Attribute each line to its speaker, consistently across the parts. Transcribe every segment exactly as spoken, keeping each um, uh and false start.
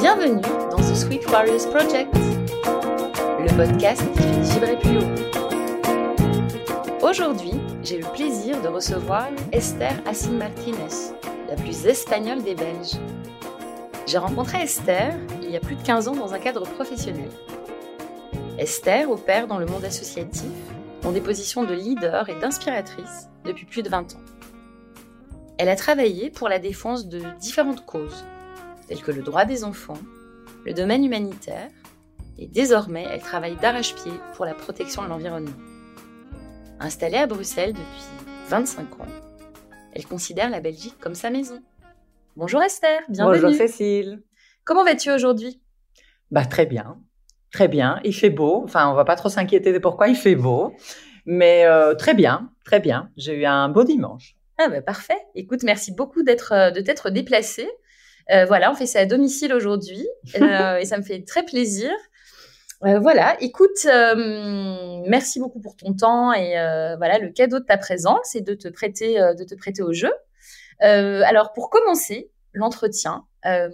Speaker 1: Bienvenue dans The Sweet Warriors Project, le podcast qui fait vibrer plus haut. Aujourd'hui, j'ai le plaisir de recevoir Esther Assin Martínez, la plus espagnole des Belges. J'ai rencontré Esther il y a plus de quinze ans dans un cadre professionnel. Esther opère dans le monde associatif, dans des positions de leader et d'inspiratrice depuis plus de vingt ans. Elle a travaillé pour la défense de différentes causes, telles que le droit des enfants, le domaine humanitaire, et désormais elle travaille d'arrache-pied pour la protection de l'environnement. Installée à Bruxelles depuis vingt-cinq ans, elle considère la Belgique comme sa maison. Bonjour Esther, bienvenue.
Speaker 2: Bonjour Cécile.
Speaker 1: Comment vas-tu aujourd'hui ?
Speaker 2: Bah très bien, très bien. Il fait beau. Enfin, on va pas trop s'inquiéter de pourquoi il fait beau, mais euh, très bien, très bien. J'ai eu un beau dimanche.
Speaker 1: Ah bah parfait. Écoute, merci beaucoup d'être de t'être déplacée. Euh, voilà, on fait ça à domicile aujourd'hui euh, et ça me fait très plaisir. Euh, voilà, écoute, euh, merci beaucoup pour ton temps et euh, voilà, le cadeau de ta présence et de te prêter, euh, de te prêter au jeu. Euh, alors, pour commencer l'entretien, euh,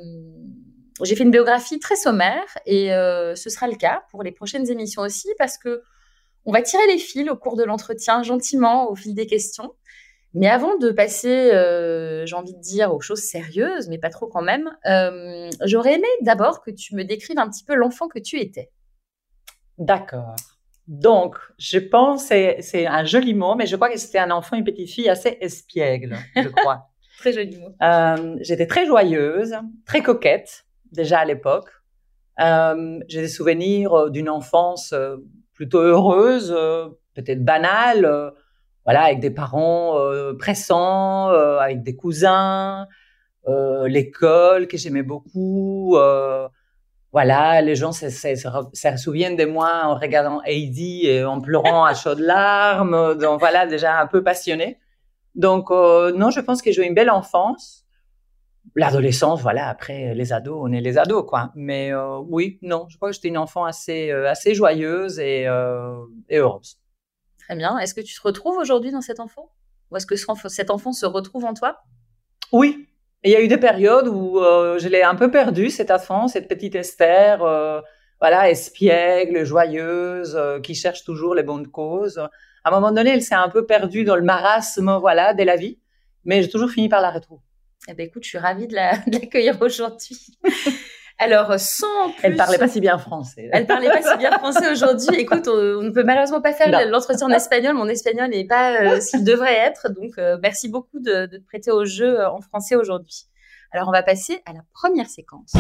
Speaker 1: j'ai fait une biographie très sommaire et euh, ce sera le cas pour les prochaines émissions aussi parce que on va tirer les fils au cours de l'entretien gentiment au fil des questions. Mais avant de passer, euh, j'ai envie de dire, aux choses sérieuses, mais pas trop quand même, euh, j'aurais aimé d'abord que tu me décrives un petit peu l'enfant que tu étais.
Speaker 2: D'accord. Donc, je pense, c'est, c'est un joli mot, mais je crois que c'était un enfant, une petite fille assez espiègle, je crois.
Speaker 1: Très joli mot.
Speaker 2: Euh, j'étais très joyeuse, très coquette, déjà à l'époque. Euh, j'ai des souvenirs d'une enfance plutôt heureuse, peut-être banale, euh, voilà, avec des parents euh, pressants, euh, avec des cousins, euh, l'école que j'aimais beaucoup. Euh, voilà, les gens se, se, se, se souviennent de moi en regardant Heidi et en pleurant à chaudes larmes. Donc voilà, déjà un peu passionnée. Donc euh, non, je pense que j'ai eu une belle enfance. L'adolescence, voilà, après les ados, on est les ados, quoi. Mais euh, oui, non, je crois que j'étais une enfant assez, euh, assez joyeuse et, euh, et heureuse.
Speaker 1: Très bien. Est-ce que tu te retrouves aujourd'hui dans cet enfant ? Ou est-ce que cet enfant se retrouve en toi ?
Speaker 2: Oui. Il y a eu des périodes où euh, je l'ai un peu perdue, cet enfant, cette petite Esther, euh, voilà, espiègle, joyeuse, euh, qui cherche toujours les bonnes causes. À un moment donné, elle s'est un peu perdue dans le marasme, voilà, de la vie. Mais j'ai toujours fini par la retrouver.
Speaker 1: Eh ben, écoute, je suis ravie de, la, de l'accueillir aujourd'hui. Alors, sans plus...
Speaker 2: Elle parlait pas si bien français.
Speaker 1: Elle parlait pas si bien français aujourd'hui. Écoute, on, on ne peut malheureusement pas faire non. l'entretien en espagnol. Mon espagnol n'est pas euh, ce qu'il devrait être. Donc, euh, merci beaucoup de, de te prêter au jeu en français aujourd'hui. Alors, on va passer à la première séquence.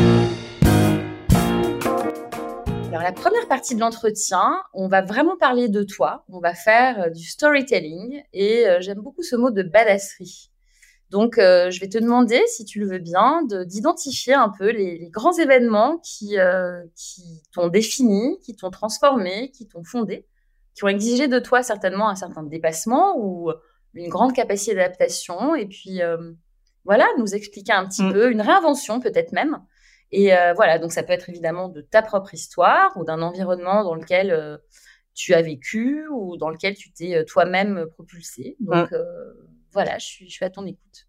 Speaker 1: Alors, la première partie de l'entretien, on va vraiment parler de toi. On va faire euh, du storytelling. Et euh, j'aime beaucoup ce mot de badasserie. Donc, euh, je vais te demander, si tu le veux bien, de, d'identifier un peu les, les grands événements qui, euh, qui t'ont défini, qui t'ont transformé, qui t'ont fondé, qui ont exigé de toi certainement un certain dépassement ou une grande capacité d'adaptation. Et puis, euh, voilà, nous expliquer un petit mmh. peu, une réinvention peut-être même. Et euh, voilà, donc ça peut être évidemment de ta propre histoire ou d'un environnement dans lequel euh, tu as vécu ou dans lequel tu t'es euh, toi-même propulsé. Donc, mmh. euh, Voilà, je suis, je suis à ton écoute.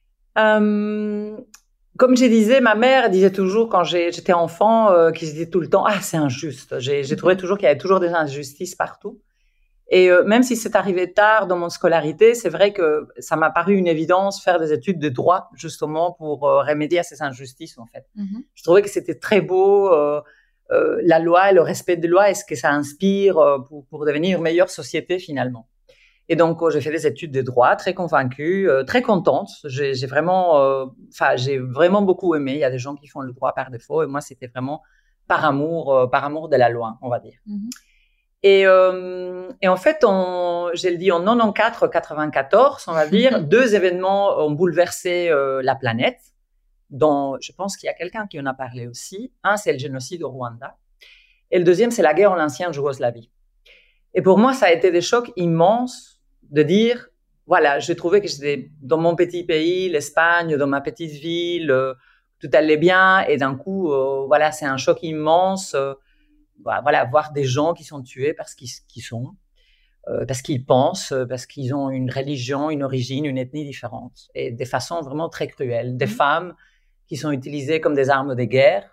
Speaker 2: Euh, comme je disais, ma mère disait toujours quand j'ai, j'étais enfant, euh, qu'ils disaient tout le temps « Ah, c'est injuste ». J'ai, j'ai trouvé toujours qu'il y avait toujours des injustices partout. Et euh, même si c'est arrivé tard dans mon scolarité, c'est vrai que ça m'a paru une évidence faire des études de droit, justement, pour euh, remédier à ces injustices, en fait. Mm-hmm. Je trouvais que c'était très beau, euh, euh, la loi et le respect de la loi, et ce que ça inspire euh, pour, pour devenir une meilleure société, finalement. Et donc, euh, j'ai fait des études de droit, très convaincue, euh, très contente. J'ai, j'ai vraiment, enfin, euh, j'ai vraiment beaucoup aimé. Il y a des gens qui font le droit par défaut, et moi, c'était vraiment par amour, euh, par amour de la loi, on va dire. Mm-hmm. Et, euh, et en fait, on, j'ai le dit en quatre-vingt-quatorze quatre-vingt-quatorze, on va dire, deux événements ont bouleversé euh, la planète. Dont je pense qu'il y a quelqu'un qui en a parlé aussi. Un, c'est le génocide au Rwanda, et le deuxième, c'est la guerre en ancienne Yougoslavie. Et pour moi, ça a été des chocs immenses. De dire, voilà, j'ai trouvé que j'étais dans mon petit pays, l'Espagne, dans ma petite ville, euh, tout allait bien, et d'un coup, euh, voilà, c'est un choc immense, euh, voilà, voir des gens qui sont tués parce qu'ils, qu'ils sont, euh, parce qu'ils pensent, parce qu'ils ont une religion, une origine, une ethnie différente, et de façon vraiment très cruelle. Des mmh. femmes qui sont utilisées comme des armes de guerre,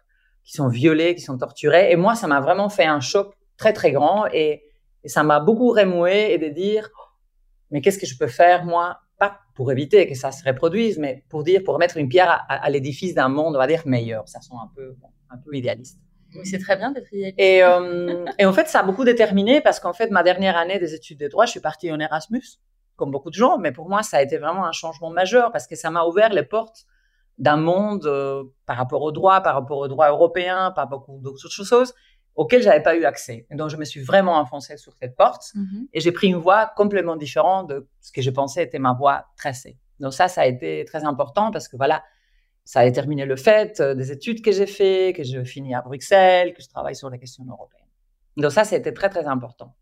Speaker 2: qui sont violées, qui sont torturées. Et moi, ça m'a vraiment fait un choc très, très grand. Et, et ça m'a beaucoup remué et de dire, mais qu'est-ce que je peux faire, moi, pas pour éviter que ça se reproduise, mais pour dire, pour mettre une pierre à, à l'édifice d'un monde, on va dire, meilleur. Ça sent un peu, bon, un peu idéaliste.
Speaker 1: Oui, c'est très bien d'être idéaliste.
Speaker 2: Et, euh, et en fait, ça a beaucoup déterminé parce qu'en fait, ma dernière année des études de droit, je suis partie en Erasmus, comme beaucoup de gens, mais pour moi, ça a été vraiment un changement majeur parce que ça m'a ouvert les portes d'un monde euh, par rapport au droit, par rapport au droit européen, par beaucoup d'autres choses auxquelles j'avais pas eu accès. Et donc, je me suis vraiment enfoncée sur cette porte mm-hmm. et j'ai pris une voie complètement différente de ce que je pensais était ma voie tracée. Donc ça, ça a été très important parce que voilà, ça a déterminé le fait des études que j'ai fait, que je finis à Bruxelles, que je travaille sur les questions européennes. Donc ça, c'était très, très important.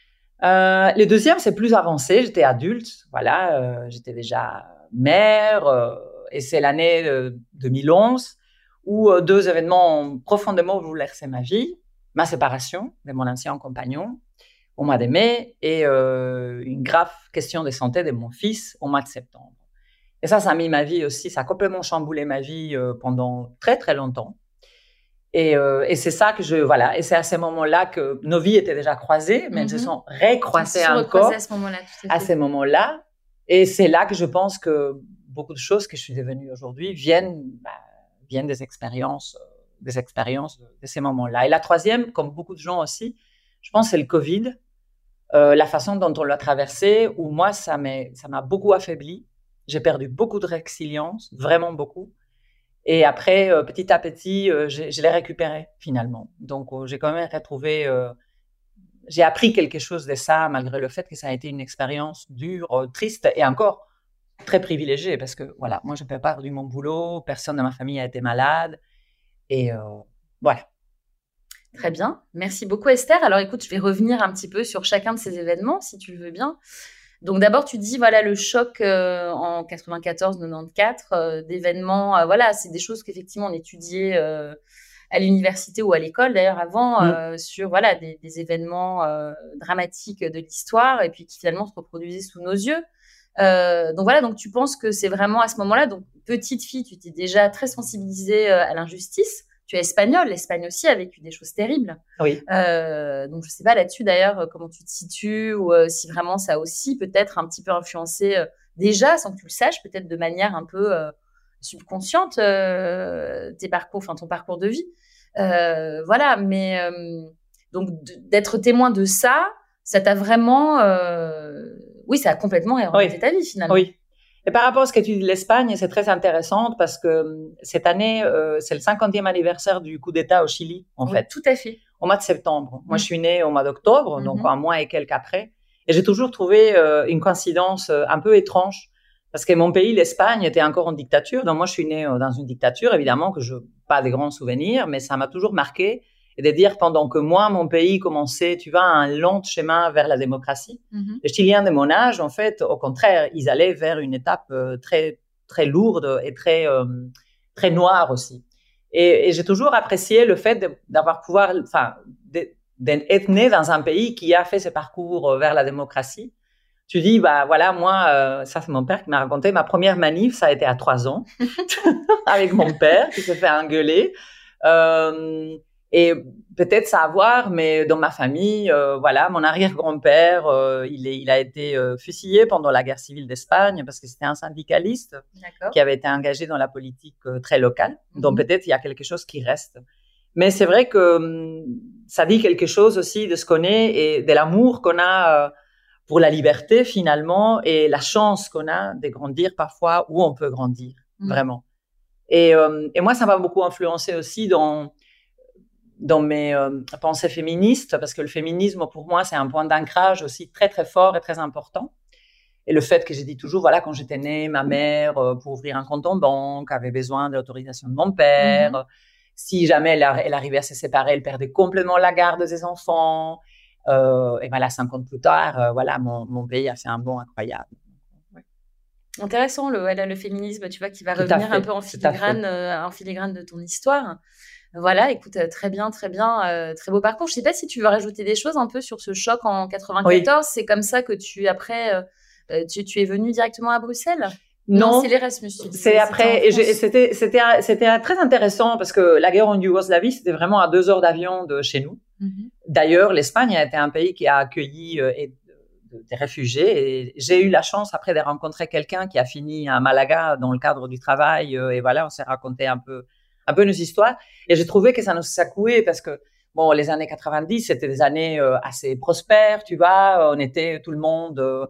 Speaker 2: Euh, le deuxième, c'est plus avancé. J'étais adulte, voilà, euh, j'étais déjà mère, euh, et c'est l'année euh, deux mille onze où euh, deux événements ont profondément bouleversé ma vie. Ma séparation de mon ancien compagnon au mois de mai et euh, une grave question de santé de mon fils au mois de septembre. Et ça, ça a mis ma vie aussi, ça a complètement chamboulé ma vie euh, pendant très, très longtemps. Et, euh, et c'est ça que je, voilà, et c'est à ce moment-là que nos vies étaient déjà croisées, mais mm-hmm. elles se sont recroisées encore
Speaker 1: à ce moment-là, tout à
Speaker 2: fait. À ce moment-là. Et c'est là que je pense que beaucoup de choses que je suis devenue aujourd'hui viennent, bah, viennent des expériences, euh, des expériences de, de ces moments-là. Et la troisième, comme beaucoup de gens aussi, je pense c'est le Covid, euh, la façon dont on l'a traversé, où moi, ça m'a, ça m'a beaucoup affaibli. J'ai perdu beaucoup de résilience, vraiment beaucoup. Et après, euh, petit à petit, euh, je, je l'ai récupéré finalement. Donc, euh, j'ai quand même retrouvé, euh, j'ai appris quelque chose de ça, malgré le fait que ça a été une expérience dure, euh, triste et encore très privilégiée, parce que voilà, moi, je n'ai pas perdu mon boulot, personne de ma famille a été malade, et euh, voilà.
Speaker 1: Très bien, merci beaucoup Esther. Alors écoute, je vais revenir un petit peu sur chacun de ces événements, si tu le veux bien. Donc d'abord, tu dis, voilà, le choc euh, en quatre-vingt-quatorze quatre-vingt-quatorze euh, d'événements, euh, voilà, c'est des choses qu'effectivement on étudiait euh, à l'université ou à l'école d'ailleurs avant, mmh. euh, sur voilà, des, des événements euh, dramatiques de l'histoire et puis qui finalement se reproduisaient sous nos yeux. Euh, donc voilà, donc tu penses que c'est vraiment à ce moment-là, donc petite fille, tu t'es déjà très sensibilisée euh, à l'injustice. Tu es espagnole, l'Espagne aussi a vécu des choses terribles.
Speaker 2: Oui.
Speaker 1: Euh, donc, je ne sais pas là-dessus, d'ailleurs, comment tu te situes ou euh, si vraiment ça a aussi peut-être un petit peu influencé euh, déjà, sans que tu le saches, peut-être de manière un peu euh, subconsciente, euh, tes parcours, enfin, ton parcours de vie. Euh, voilà, mais euh, donc d'être témoin de ça, ça t'a vraiment... Euh, oui, ça a complètement réorienté oui. ta vie, finalement.
Speaker 2: Oui. Et par rapport à ce que tu dis de l'Espagne, c'est très intéressant parce que cette année, euh, c'est le cinquantième anniversaire du coup d'État au Chili, en
Speaker 1: oui,
Speaker 2: fait.
Speaker 1: Tout à fait.
Speaker 2: Au mois de septembre. Mmh. Moi, je suis née au mois d'octobre, mmh. donc un mois et quelques après. Et j'ai toujours trouvé euh, une coïncidence euh, un peu étrange parce que mon pays, l'Espagne, était encore en dictature. Donc moi, je suis née euh, dans une dictature, évidemment, que je pas des grands souvenirs, mais ça m'a toujours marqué. Et de dire pendant que moi, mon pays commençait, tu vois, un long chemin vers la démocratie. Mm-hmm. Les Chiliens de mon âge, en fait, au contraire, ils allaient vers une étape euh, très, très lourde et très, euh, très noire aussi. Et, et j'ai toujours apprécié le fait de, d'avoir pouvoir, enfin, d'être né dans un pays qui a fait ce parcours vers la démocratie. Tu dis, bah voilà, moi, euh, ça c'est mon père qui m'a raconté, ma première manif, ça a été à trois ans, avec mon père qui s'est fait engueuler. Euh, Et peut-être ça à voir, mais dans ma famille, euh, voilà, mon arrière-grand-père, euh, il, est, il a été euh, fusillé pendant la guerre civile d'Espagne parce que c'était un syndicaliste D'accord. qui avait été engagé dans la politique euh, très locale. Mm-hmm. Donc peut-être il y a quelque chose qui reste. Mais c'est vrai que hum, ça dit quelque chose aussi de ce qu'on est et de l'amour qu'on a euh, pour la liberté finalement et la chance qu'on a de grandir parfois où on peut grandir, mm-hmm. vraiment. Et, euh, et moi, ça m'a beaucoup influencé aussi dans... dans mes euh, pensées féministes, parce que le féminisme, pour moi, c'est un point d'ancrage aussi très, très fort et très important. Et le fait que j'ai dit toujours, voilà, quand j'étais née, ma mère, euh, pour ouvrir un compte en banque, avait besoin de l'autorisation de mon père. Mm-hmm. Si jamais elle, elle arrivait à se séparer, elle perdait complètement la garde de ses enfants. Euh, et voilà, cinq ans plus tard, euh, voilà, mon, mon pays a fait un bond incroyable.
Speaker 1: Ouais. Intéressant, le, le féminisme, tu vois, qui va Tout revenir un peu en filigrane, euh, en filigrane de ton histoire. Voilà, écoute, très bien, très bien, euh, très beau parcours. Je ne sais pas si tu veux rajouter des choses un peu sur ce choc en quatre-vingt-quatorze. Oui. C'est comme ça que tu, après, euh, tu, tu es venue directement à Bruxelles ?
Speaker 2: Non,
Speaker 1: non c'est l'Erasmus.
Speaker 2: C'est après, et c'était, c'était, c'était très intéressant parce que la guerre en Yougoslavie, c'était vraiment à deux heures d'avion de chez nous. Mm-hmm. D'ailleurs, l'Espagne a été un pays qui a accueilli euh, des réfugiés et j'ai eu la chance après de rencontrer quelqu'un qui a fini à Malaga dans le cadre du travail euh, et voilà, on s'est raconté un peu, un peu nos histoires et j'ai trouvé que ça nous secouait parce que bon, les années quatre-vingt-dix, c'était des années euh, assez prospères, tu vois, on était tout le monde euh,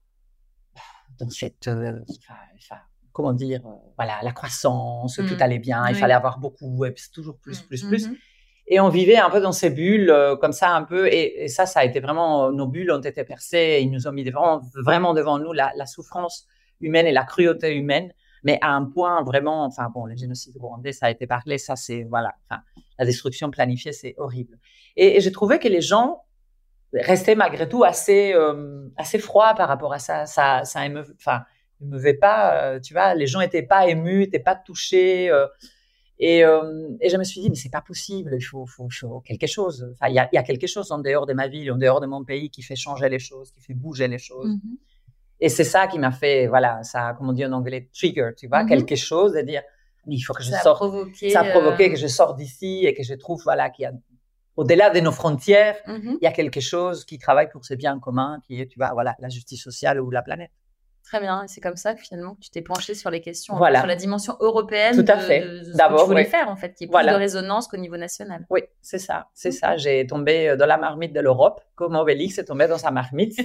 Speaker 2: dans cette, euh, enfin, comment dire, euh, voilà, la croissance, mmh. tout allait bien, oui. il fallait avoir beaucoup, et puis c'est toujours plus, plus, mmh. plus. Et on vivait un peu dans ces bulles, euh, comme ça, un peu, et, et ça, ça a été vraiment, nos bulles ont été percées, et ils nous ont mis vraiment, vraiment devant nous la, la souffrance humaine et la cruauté humaine, mais à un point vraiment, enfin bon, le génocide rwandais, ça a été parlé, ça c'est, voilà, enfin, la destruction planifiée, c'est horrible. Et, et j'ai trouvé que les gens restaient malgré tout assez, euh, assez froids par rapport à ça, ça, ça émeu, enfin, émeuvait pas, euh, tu vois, les gens étaient pas émus, étaient pas touchés, euh, et, euh, et je me suis dit, mais c'est pas possible, il faut, faut, faut quelque chose, enfin, il y a, il y a quelque chose en dehors de ma ville, en dehors de mon pays qui fait changer les choses, qui fait bouger les choses. Mm-hmm. Et c'est ça qui m'a fait, voilà, ça, comme on dit en anglais, trigger, tu vois, mm-hmm. quelque chose, de dire, il faut que je
Speaker 1: ça
Speaker 2: sorte,
Speaker 1: a provoqué,
Speaker 2: ça a provoqué
Speaker 1: euh...
Speaker 2: que je sorte d'ici et que je trouve, voilà, qu'il y a, au-delà de nos frontières, mm-hmm. il y a quelque chose qui travaille pour ce bien commun, qui est, tu vois, voilà, la justice sociale ou la planète.
Speaker 1: Très bien, et c'est comme ça que finalement tu t'es penché sur les questions,
Speaker 2: voilà.
Speaker 1: sur la dimension européenne
Speaker 2: Tout à fait.
Speaker 1: de, de, de ce D'abord, que tu voulais oui. faire en fait, qui est plus voilà. de résonance qu'au niveau national.
Speaker 2: Oui, c'est ça, c'est okay. ça. J'ai tombé dans la marmite de l'Europe, comme Obélix est tombé dans sa marmite,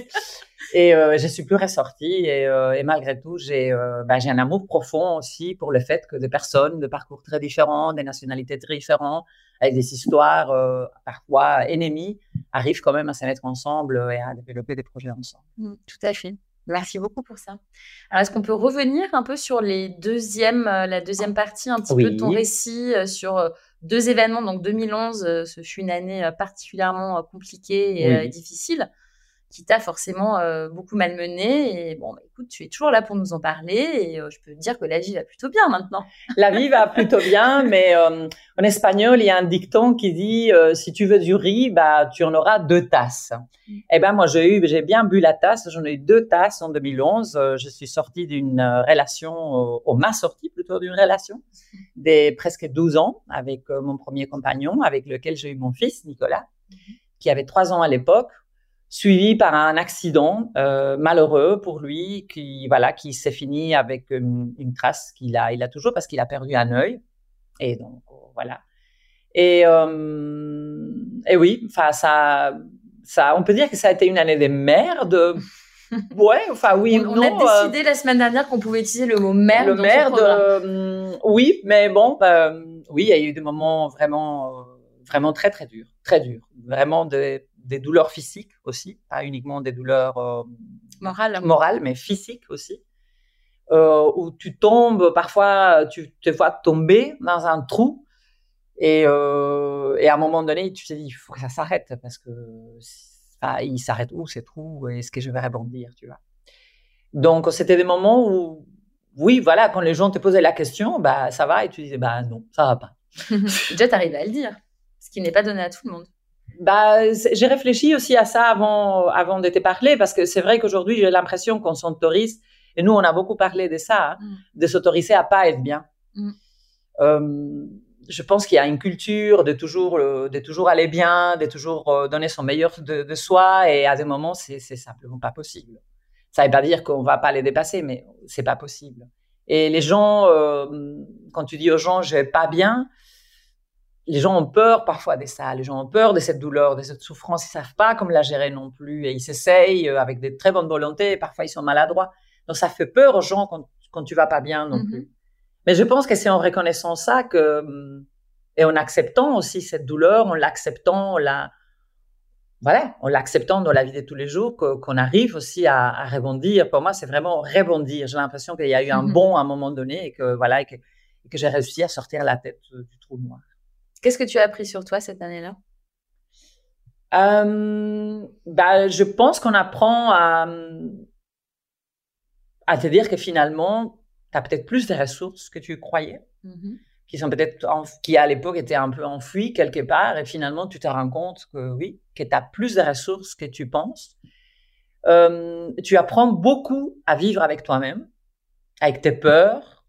Speaker 2: et euh, je suis plus ressortie. Et, euh, et malgré tout, j'ai, euh, ben, j'ai un amour profond aussi pour le fait que des personnes de parcours très différents, des nationalités très différentes, avec des histoires euh, parfois ennemies, arrivent quand même à se mettre ensemble et à développer des projets ensemble.
Speaker 1: Mmh, tout à fait. Merci beaucoup pour ça. Alors, est-ce qu'on peut revenir un peu sur les deuxièmes, euh, la deuxième partie, un petit oui. peu de ton récit euh, sur euh, deux événements. Donc, deux mille onze, euh, ce fut une année euh, particulièrement euh, compliquée et oui. euh, difficile, qui t'a forcément euh, beaucoup malmené. Et bon, bah, écoute, tu es toujours là pour nous en parler et euh, je peux te dire que la vie va plutôt bien maintenant.
Speaker 2: La vie va plutôt bien, mais euh, en espagnol, il y a un dicton qui dit euh, si tu veux du riz, bah tu en auras deux tasses. Mm. Eh ben moi, j'ai eu, j'ai bien bu la tasse. J'en ai eu deux tasses en deux mille onze. Euh, je suis sortie d'une euh, relation, euh, on m'a sortie plutôt d'une relation des presque douze ans avec euh, mon premier compagnon, avec lequel j'ai eu mon fils Nicolas, mm. qui avait trois ans à l'époque. Suivi par un accident euh, malheureux pour lui, qui voilà, qui s'est fini avec une, une trace qu'il a, il a toujours parce qu'il a perdu un œil. Et donc voilà. Et euh, et oui, enfin ça, ça, on peut dire que ça a été une année de merde. Ouais, enfin oui
Speaker 1: on,
Speaker 2: ou
Speaker 1: on
Speaker 2: non.
Speaker 1: On a décidé euh, la semaine dernière qu'on pouvait utiliser le mot merde.
Speaker 2: Le
Speaker 1: dans
Speaker 2: merde, euh, oui, mais bon, bah, oui, il y a eu des moments vraiment, euh, vraiment très très durs, très durs, vraiment de des douleurs physiques aussi, pas uniquement des douleurs euh,
Speaker 1: morales,
Speaker 2: morales, mais physiques aussi, euh, où tu tombes, parfois tu te vois tomber dans un trou et, euh, et à un moment donné, tu te dis, il faut que ça s'arrête parce que enfin, il s'arrête où ces trous et est-ce que je vais rebondir, tu vois. Donc, c'était des moments où, oui, voilà, quand les gens te posaient la question, bah, ça va, et tu disais, bah non, ça va pas.
Speaker 1: Déjà, tu arrives à le dire, ce qui n'est pas donné à tout le monde.
Speaker 2: Bah, j'ai réfléchi aussi à ça avant, avant de te parler, parce que c'est vrai qu'aujourd'hui, j'ai l'impression qu'on s'autorise, et nous, on a beaucoup parlé de ça, hein, mm. de s'autoriser à pas être bien. Mm. Euh, je pense qu'il y a une culture de toujours, de toujours aller bien, de toujours donner son meilleur de, de soi, et à des moments, c'est, c'est simplement pas possible. Ça veut pas dire qu'on va pas les dépasser, mais c'est pas possible. Et les gens, euh, quand tu dis aux gens, je vais pas bien, les gens ont peur parfois de ça, les gens ont peur de cette douleur, de cette souffrance, ils savent pas comment la gérer non plus et ils s'essayent avec de très bonnes volontés et parfois ils sont maladroits. Donc ça fait peur aux gens quand, quand tu vas pas bien non mm-hmm. plus. Mais je pense que c'est en reconnaissant ça que, et en acceptant aussi cette douleur, en l'acceptant, la, voilà, en l'acceptant dans la vie de tous les jours, que, qu'on arrive aussi à, à rebondir. Pour moi, c'est vraiment rebondir. J'ai l'impression qu'il y a eu un mm-hmm. bond à un moment donné et que, voilà, et que, et que j'ai réussi à sortir la tête du trou noir.
Speaker 1: Qu'est-ce que tu as appris sur toi cette année-là?
Speaker 2: euh, bah, Je pense qu'on apprend à, à te dire que finalement, tu as peut-être plus de ressources que tu croyais, mm-hmm. qui sont peut-être en, qui à l'époque étaient un peu enfouies quelque part, et finalement, tu te rends compte que oui, que tu as plus de ressources que tu penses. Euh, tu apprends beaucoup à vivre avec toi-même, avec tes peurs,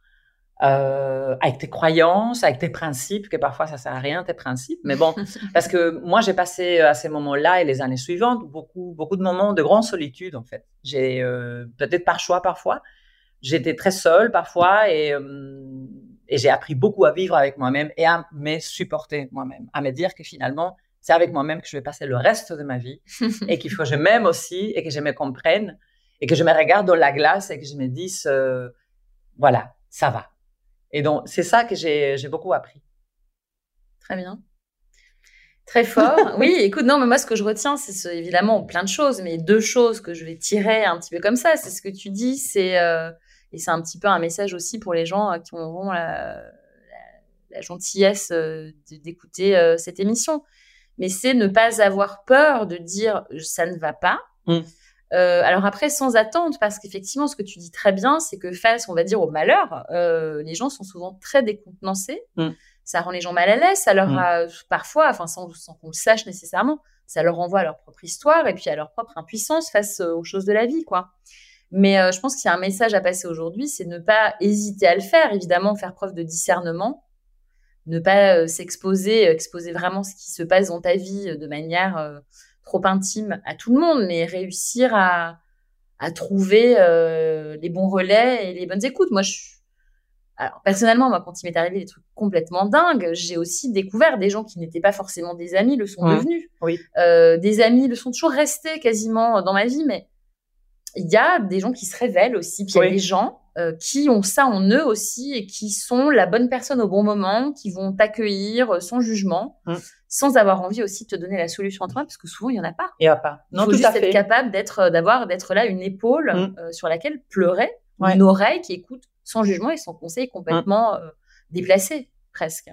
Speaker 2: euh, avec tes croyances, avec tes principes, que parfois ça sert à rien, tes principes. Mais bon, parce que moi, j'ai passé à ces moments-là et les années suivantes beaucoup, beaucoup de moments de grande solitude, en fait. J'ai, euh, peut-être par choix parfois, j'étais très seule parfois et, euh, et j'ai appris beaucoup à vivre avec moi-même et à me supporter moi-même, à me dire que finalement, c'est avec moi-même que je vais passer le reste de ma vie et qu'il faut que je m'aime aussi et que je me comprenne et que je me regarde dans la glace et que je me dise, euh, voilà, ça va. Et donc, c'est ça que j'ai, j'ai beaucoup appris.
Speaker 1: Très bien. Très fort. Oui, écoute, non, mais moi, ce que je retiens, c'est ce, évidemment plein de choses, mais deux choses que je vais tirer un petit peu comme ça. C'est ce que tu dis, c'est, euh, et c'est un petit peu un message aussi pour les gens qui auront la, la, la gentillesse euh, d'écouter euh, cette émission. Mais c'est ne pas avoir peur de dire ça ne va pas. Mm. Euh, alors après, sans attendre, parce qu'effectivement, ce que tu dis très bien, c'est que face, on va dire, au malheur, euh, les gens sont souvent très décontenancés. Mm. Ça rend les gens mal à l'aise. Ça leur a, parfois, enfin, sans, sans qu'on le sache nécessairement, ça leur renvoie à leur propre histoire et puis à leur propre impuissance face aux choses de la vie, quoi. Mais euh, je pense qu'il y a un message à passer aujourd'hui, c'est ne pas hésiter à le faire. Évidemment, faire preuve de discernement. Ne pas euh, s'exposer, exposer vraiment ce qui se passe dans ta vie euh, de manière euh, trop intime à tout le monde, mais réussir à, à trouver euh, les bons relais et les bonnes écoutes. Moi, je, alors personnellement, moi, quand il m'est arrivé des trucs complètement dingues, j'ai aussi découvert des gens qui n'étaient pas forcément des amis, le sont mmh. devenus.
Speaker 2: Oui.
Speaker 1: Euh, des amis le sont toujours restés quasiment dans ma vie, mais il y a des gens qui se révèlent aussi, puis il y a oui. des gens Euh, qui ont ça en eux aussi et qui sont la bonne personne au bon moment, qui vont t'accueillir euh, sans jugement, mm. sans avoir envie aussi de te donner la solution à toi, parce que souvent, il n'y en a pas.
Speaker 2: Il n'y en a pas.
Speaker 1: Non, il faut tout juste à fait. être capable d'être, d'avoir, d'être là, une épaule mm. euh, sur laquelle pleurer, ouais. une oreille qui écoute sans jugement et sans conseil complètement mm. euh, déplacé, presque.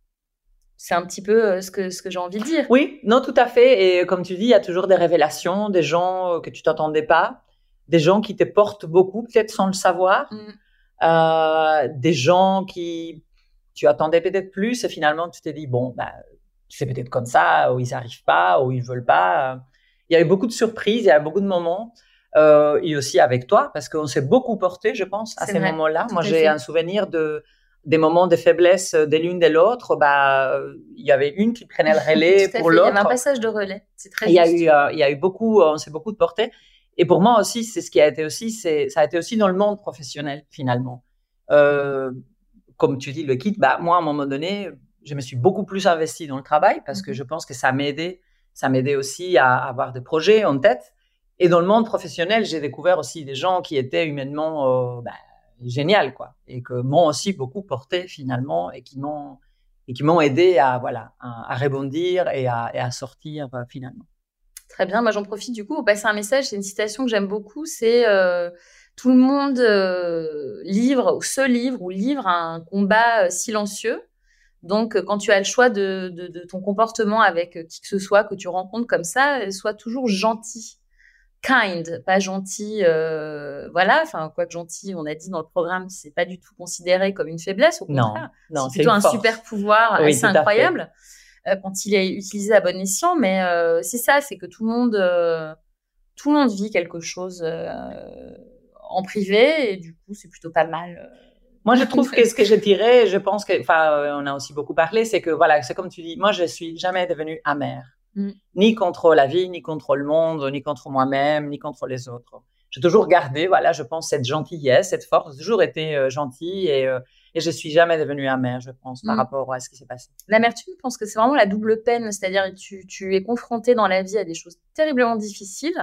Speaker 1: C'est un petit peu euh, ce que, ce que j'ai envie de dire.
Speaker 2: Oui, non, tout à fait. Et comme tu dis, il y a toujours des révélations, des gens que tu t'attendais pas. Des gens qui te portent beaucoup, peut-être sans le savoir. Mm. Euh, des gens qui tu attendais peut-être plus et finalement tu t'es dit, bon, bah, c'est peut-être comme ça, ou ils n'arrivent pas, ou ils ne veulent pas. Il y a eu beaucoup de surprises, il y a eu beaucoup de moments. Euh, et aussi avec toi, parce qu'on s'est beaucoup porté, je pense, à c'est ces vrai, moments-là. Moi, j'ai fait. un souvenir de, des moments de faiblesse de l'une de l'autre. Bah, il y avait une qui prenait le relais pour fait. l'autre.
Speaker 1: Il y avait un passage de relais. C'est très
Speaker 2: il y a eu, euh, il y a eu beaucoup, on s'est beaucoup porté. Et pour moi aussi, c'est ce qui a été aussi, c'est, ça a été aussi dans le monde professionnel, finalement. Euh, comme tu dis, le kit, bah, moi, à un moment donné, je me suis beaucoup plus investie dans le travail parce que je pense que ça m'aidait, ça m'aidait aussi à avoir des projets en tête. Et dans le monde professionnel, j'ai découvert aussi des gens qui étaient humainement euh, bah, géniaux, quoi. Et que m'ont aussi beaucoup porté, finalement, et qui m'ont, et qui m'ont aidé à, voilà, à, à rebondir et à, et à sortir, euh, finalement.
Speaker 1: Très bien, moi j'en profite du coup pour passer un message, c'est une citation que j'aime beaucoup, c'est euh, tout le monde euh, livre ou se livre ou livre un combat euh, silencieux. Donc euh, quand tu as le choix de, de, de ton comportement avec euh, qui que ce soit que tu rencontres comme ça, sois toujours gentil, kind, pas gentil, euh, voilà, enfin quoi que gentil, on a dit dans le programme, c'est pas du tout considéré comme une faiblesse, au contraire,
Speaker 2: non, non,
Speaker 1: c'est plutôt
Speaker 2: c'est
Speaker 1: un
Speaker 2: force.
Speaker 1: super pouvoir
Speaker 2: oui,
Speaker 1: assez incroyable. Quand il est utilisé à bon escient, mais euh, c'est ça, c'est que tout le monde, euh, tout le monde vit quelque chose euh, en privé et du coup, c'est plutôt pas mal. Euh...
Speaker 2: Moi, je trouve que ce que je dirais, je pense que, enfin, on a aussi beaucoup parlé, c'est que voilà, c'est comme tu dis, moi, je suis jamais devenue amère, mm. ni contre la vie, ni contre le monde, ni contre moi-même, ni contre les autres. J'ai toujours gardé, voilà, je pense cette gentillesse, cette force, j'ai toujours été euh, gentille et euh, Et je suis jamais devenue amère, je pense, par mmh. rapport à ce qui s'est passé.
Speaker 1: L'amertume, je pense que c'est vraiment la double peine. C'est-à-dire que tu, tu es confronté dans la vie à des choses terriblement difficiles.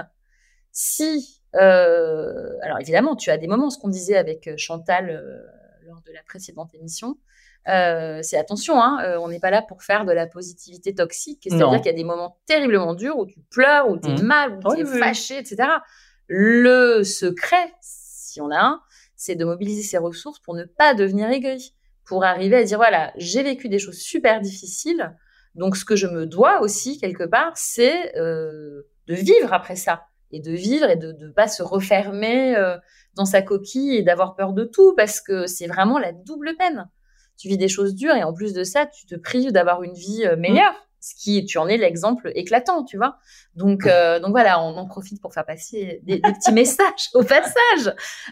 Speaker 1: Si, euh, alors évidemment, tu as des moments, ce qu'on disait avec Chantal euh, lors de la précédente émission, euh, c'est attention, hein, euh, on n'est pas là pour faire de la positivité toxique. C'est-à-dire non. qu'il y a des moments terriblement durs où tu pleures, où tu es mmh. mal, où tu es oui, fâché, oui. et cetera. Le secret, si on a un, c'est de mobiliser ses ressources pour ne pas devenir aigri, pour arriver à dire, voilà, j'ai vécu des choses super difficiles, donc ce que je me dois aussi, quelque part, c'est euh, de vivre après ça, et de vivre et de ne pas se refermer euh, dans sa coquille et d'avoir peur de tout, parce que c'est vraiment la double peine. Tu vis des choses dures et en plus de ça, tu te prives d'avoir une vie euh, meilleure. Mmh. ce qui, tu en es l'exemple éclatant, tu vois. Donc, euh, donc voilà, on en profite pour faire passer des, des petits messages au passage.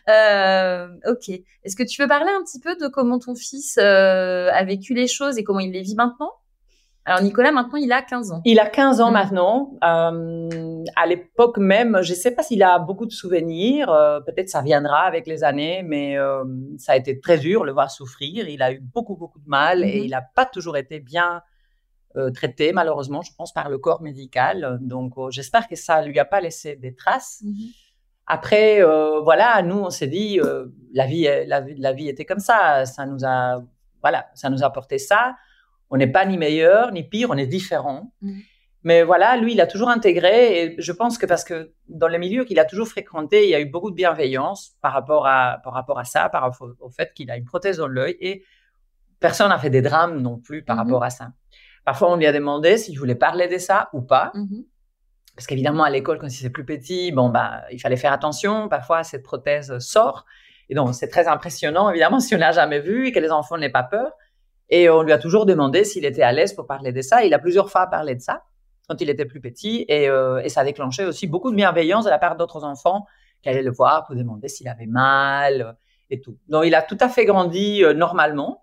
Speaker 1: Euh, ok. Est-ce que tu veux parler un petit peu de comment ton fils euh, a vécu les choses et comment il les vit maintenant? Alors, Nicolas, maintenant, il a quinze ans.
Speaker 2: Il a quinze ans mmh. maintenant. Euh, à l'époque même, je ne sais pas s'il a beaucoup de souvenirs. Euh, peut-être ça viendra avec les années, mais euh, ça a été très dur de le voir souffrir. Il a eu beaucoup, beaucoup de mal mmh. et il n'a pas toujours été bien euh, traité, malheureusement, je pense, par le corps médical. Donc, euh, j'espère que ça ne lui a pas laissé des traces. Mmh. Après, euh, voilà, nous, on s'est dit, euh, la vie, la, la vie était comme ça. Ça nous a, voilà, ça nous a apporté ça. On n'est pas ni meilleur, ni pire, on est différent. Mmh. Mais voilà, lui, il a toujours intégré et je pense que parce que dans les milieux qu'il a toujours fréquentés, il y a eu beaucoup de bienveillance par rapport à, par rapport à ça, par rapport au fait qu'il a une prothèse dans l'œil et personne n'a fait des drames non plus par mmh. rapport à ça. Parfois, on lui a demandé s'il voulait parler de ça ou pas. Mmh. Parce qu'évidemment, à l'école, quand c'est plus petit, bon, bah, il fallait faire attention. Parfois, cette prothèse sort. Et donc, c'est très impressionnant, évidemment, si on n'a jamais vu et que les enfants n'aient pas peur. Et on lui a toujours demandé s'il était à l'aise pour parler de ça. Il a plusieurs fois parlé de ça quand il était plus petit. Et, euh, et ça a déclenché aussi beaucoup de bienveillance de la part d'autres enfants qui allaient le voir pour demander s'il avait mal euh, et tout. Donc, il a tout à fait grandi euh, normalement.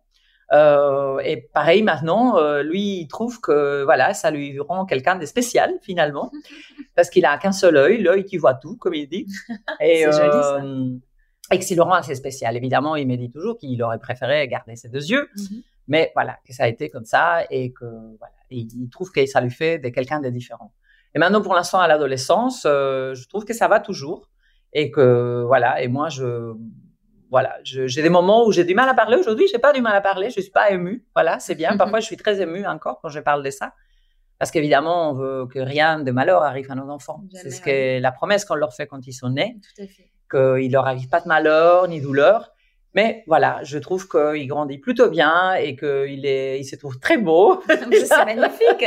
Speaker 2: Euh, et pareil, maintenant, euh, lui, il trouve que voilà, ça lui rend quelqu'un de spécial, finalement, parce qu'il n'a qu'un seul œil, l'œil qui voit tout, comme il dit.
Speaker 1: Et, C'est euh, joli, ça.
Speaker 2: Et que c'est le rend assez spécial. Évidemment, il me dit toujours qu'il aurait préféré garder ses deux yeux. Mm-hmm. Mais voilà, que ça a été comme ça et que voilà, et il trouve que ça lui fait de quelqu'un de différent. Et maintenant, pour l'instant, à l'adolescence, euh, je trouve que ça va toujours et que voilà. Et moi, je voilà, je, j'ai des moments où j'ai du mal à parler. Aujourd'hui, j'ai pas du mal à parler. Je suis pas émue. Voilà, c'est bien. Parfois, je suis très émue encore quand je parle de ça, parce qu'évidemment, on veut que rien de malheur arrive à nos enfants. Jamais, c'est ce que la promesse qu'on leur fait quand ils sont nés,
Speaker 1: tout à fait,
Speaker 2: qu'il leur arrive pas de malheur ni douleur. Mais voilà, je trouve qu'il grandit plutôt bien et qu'il est, il se trouve très beau.
Speaker 1: C'est magnifique.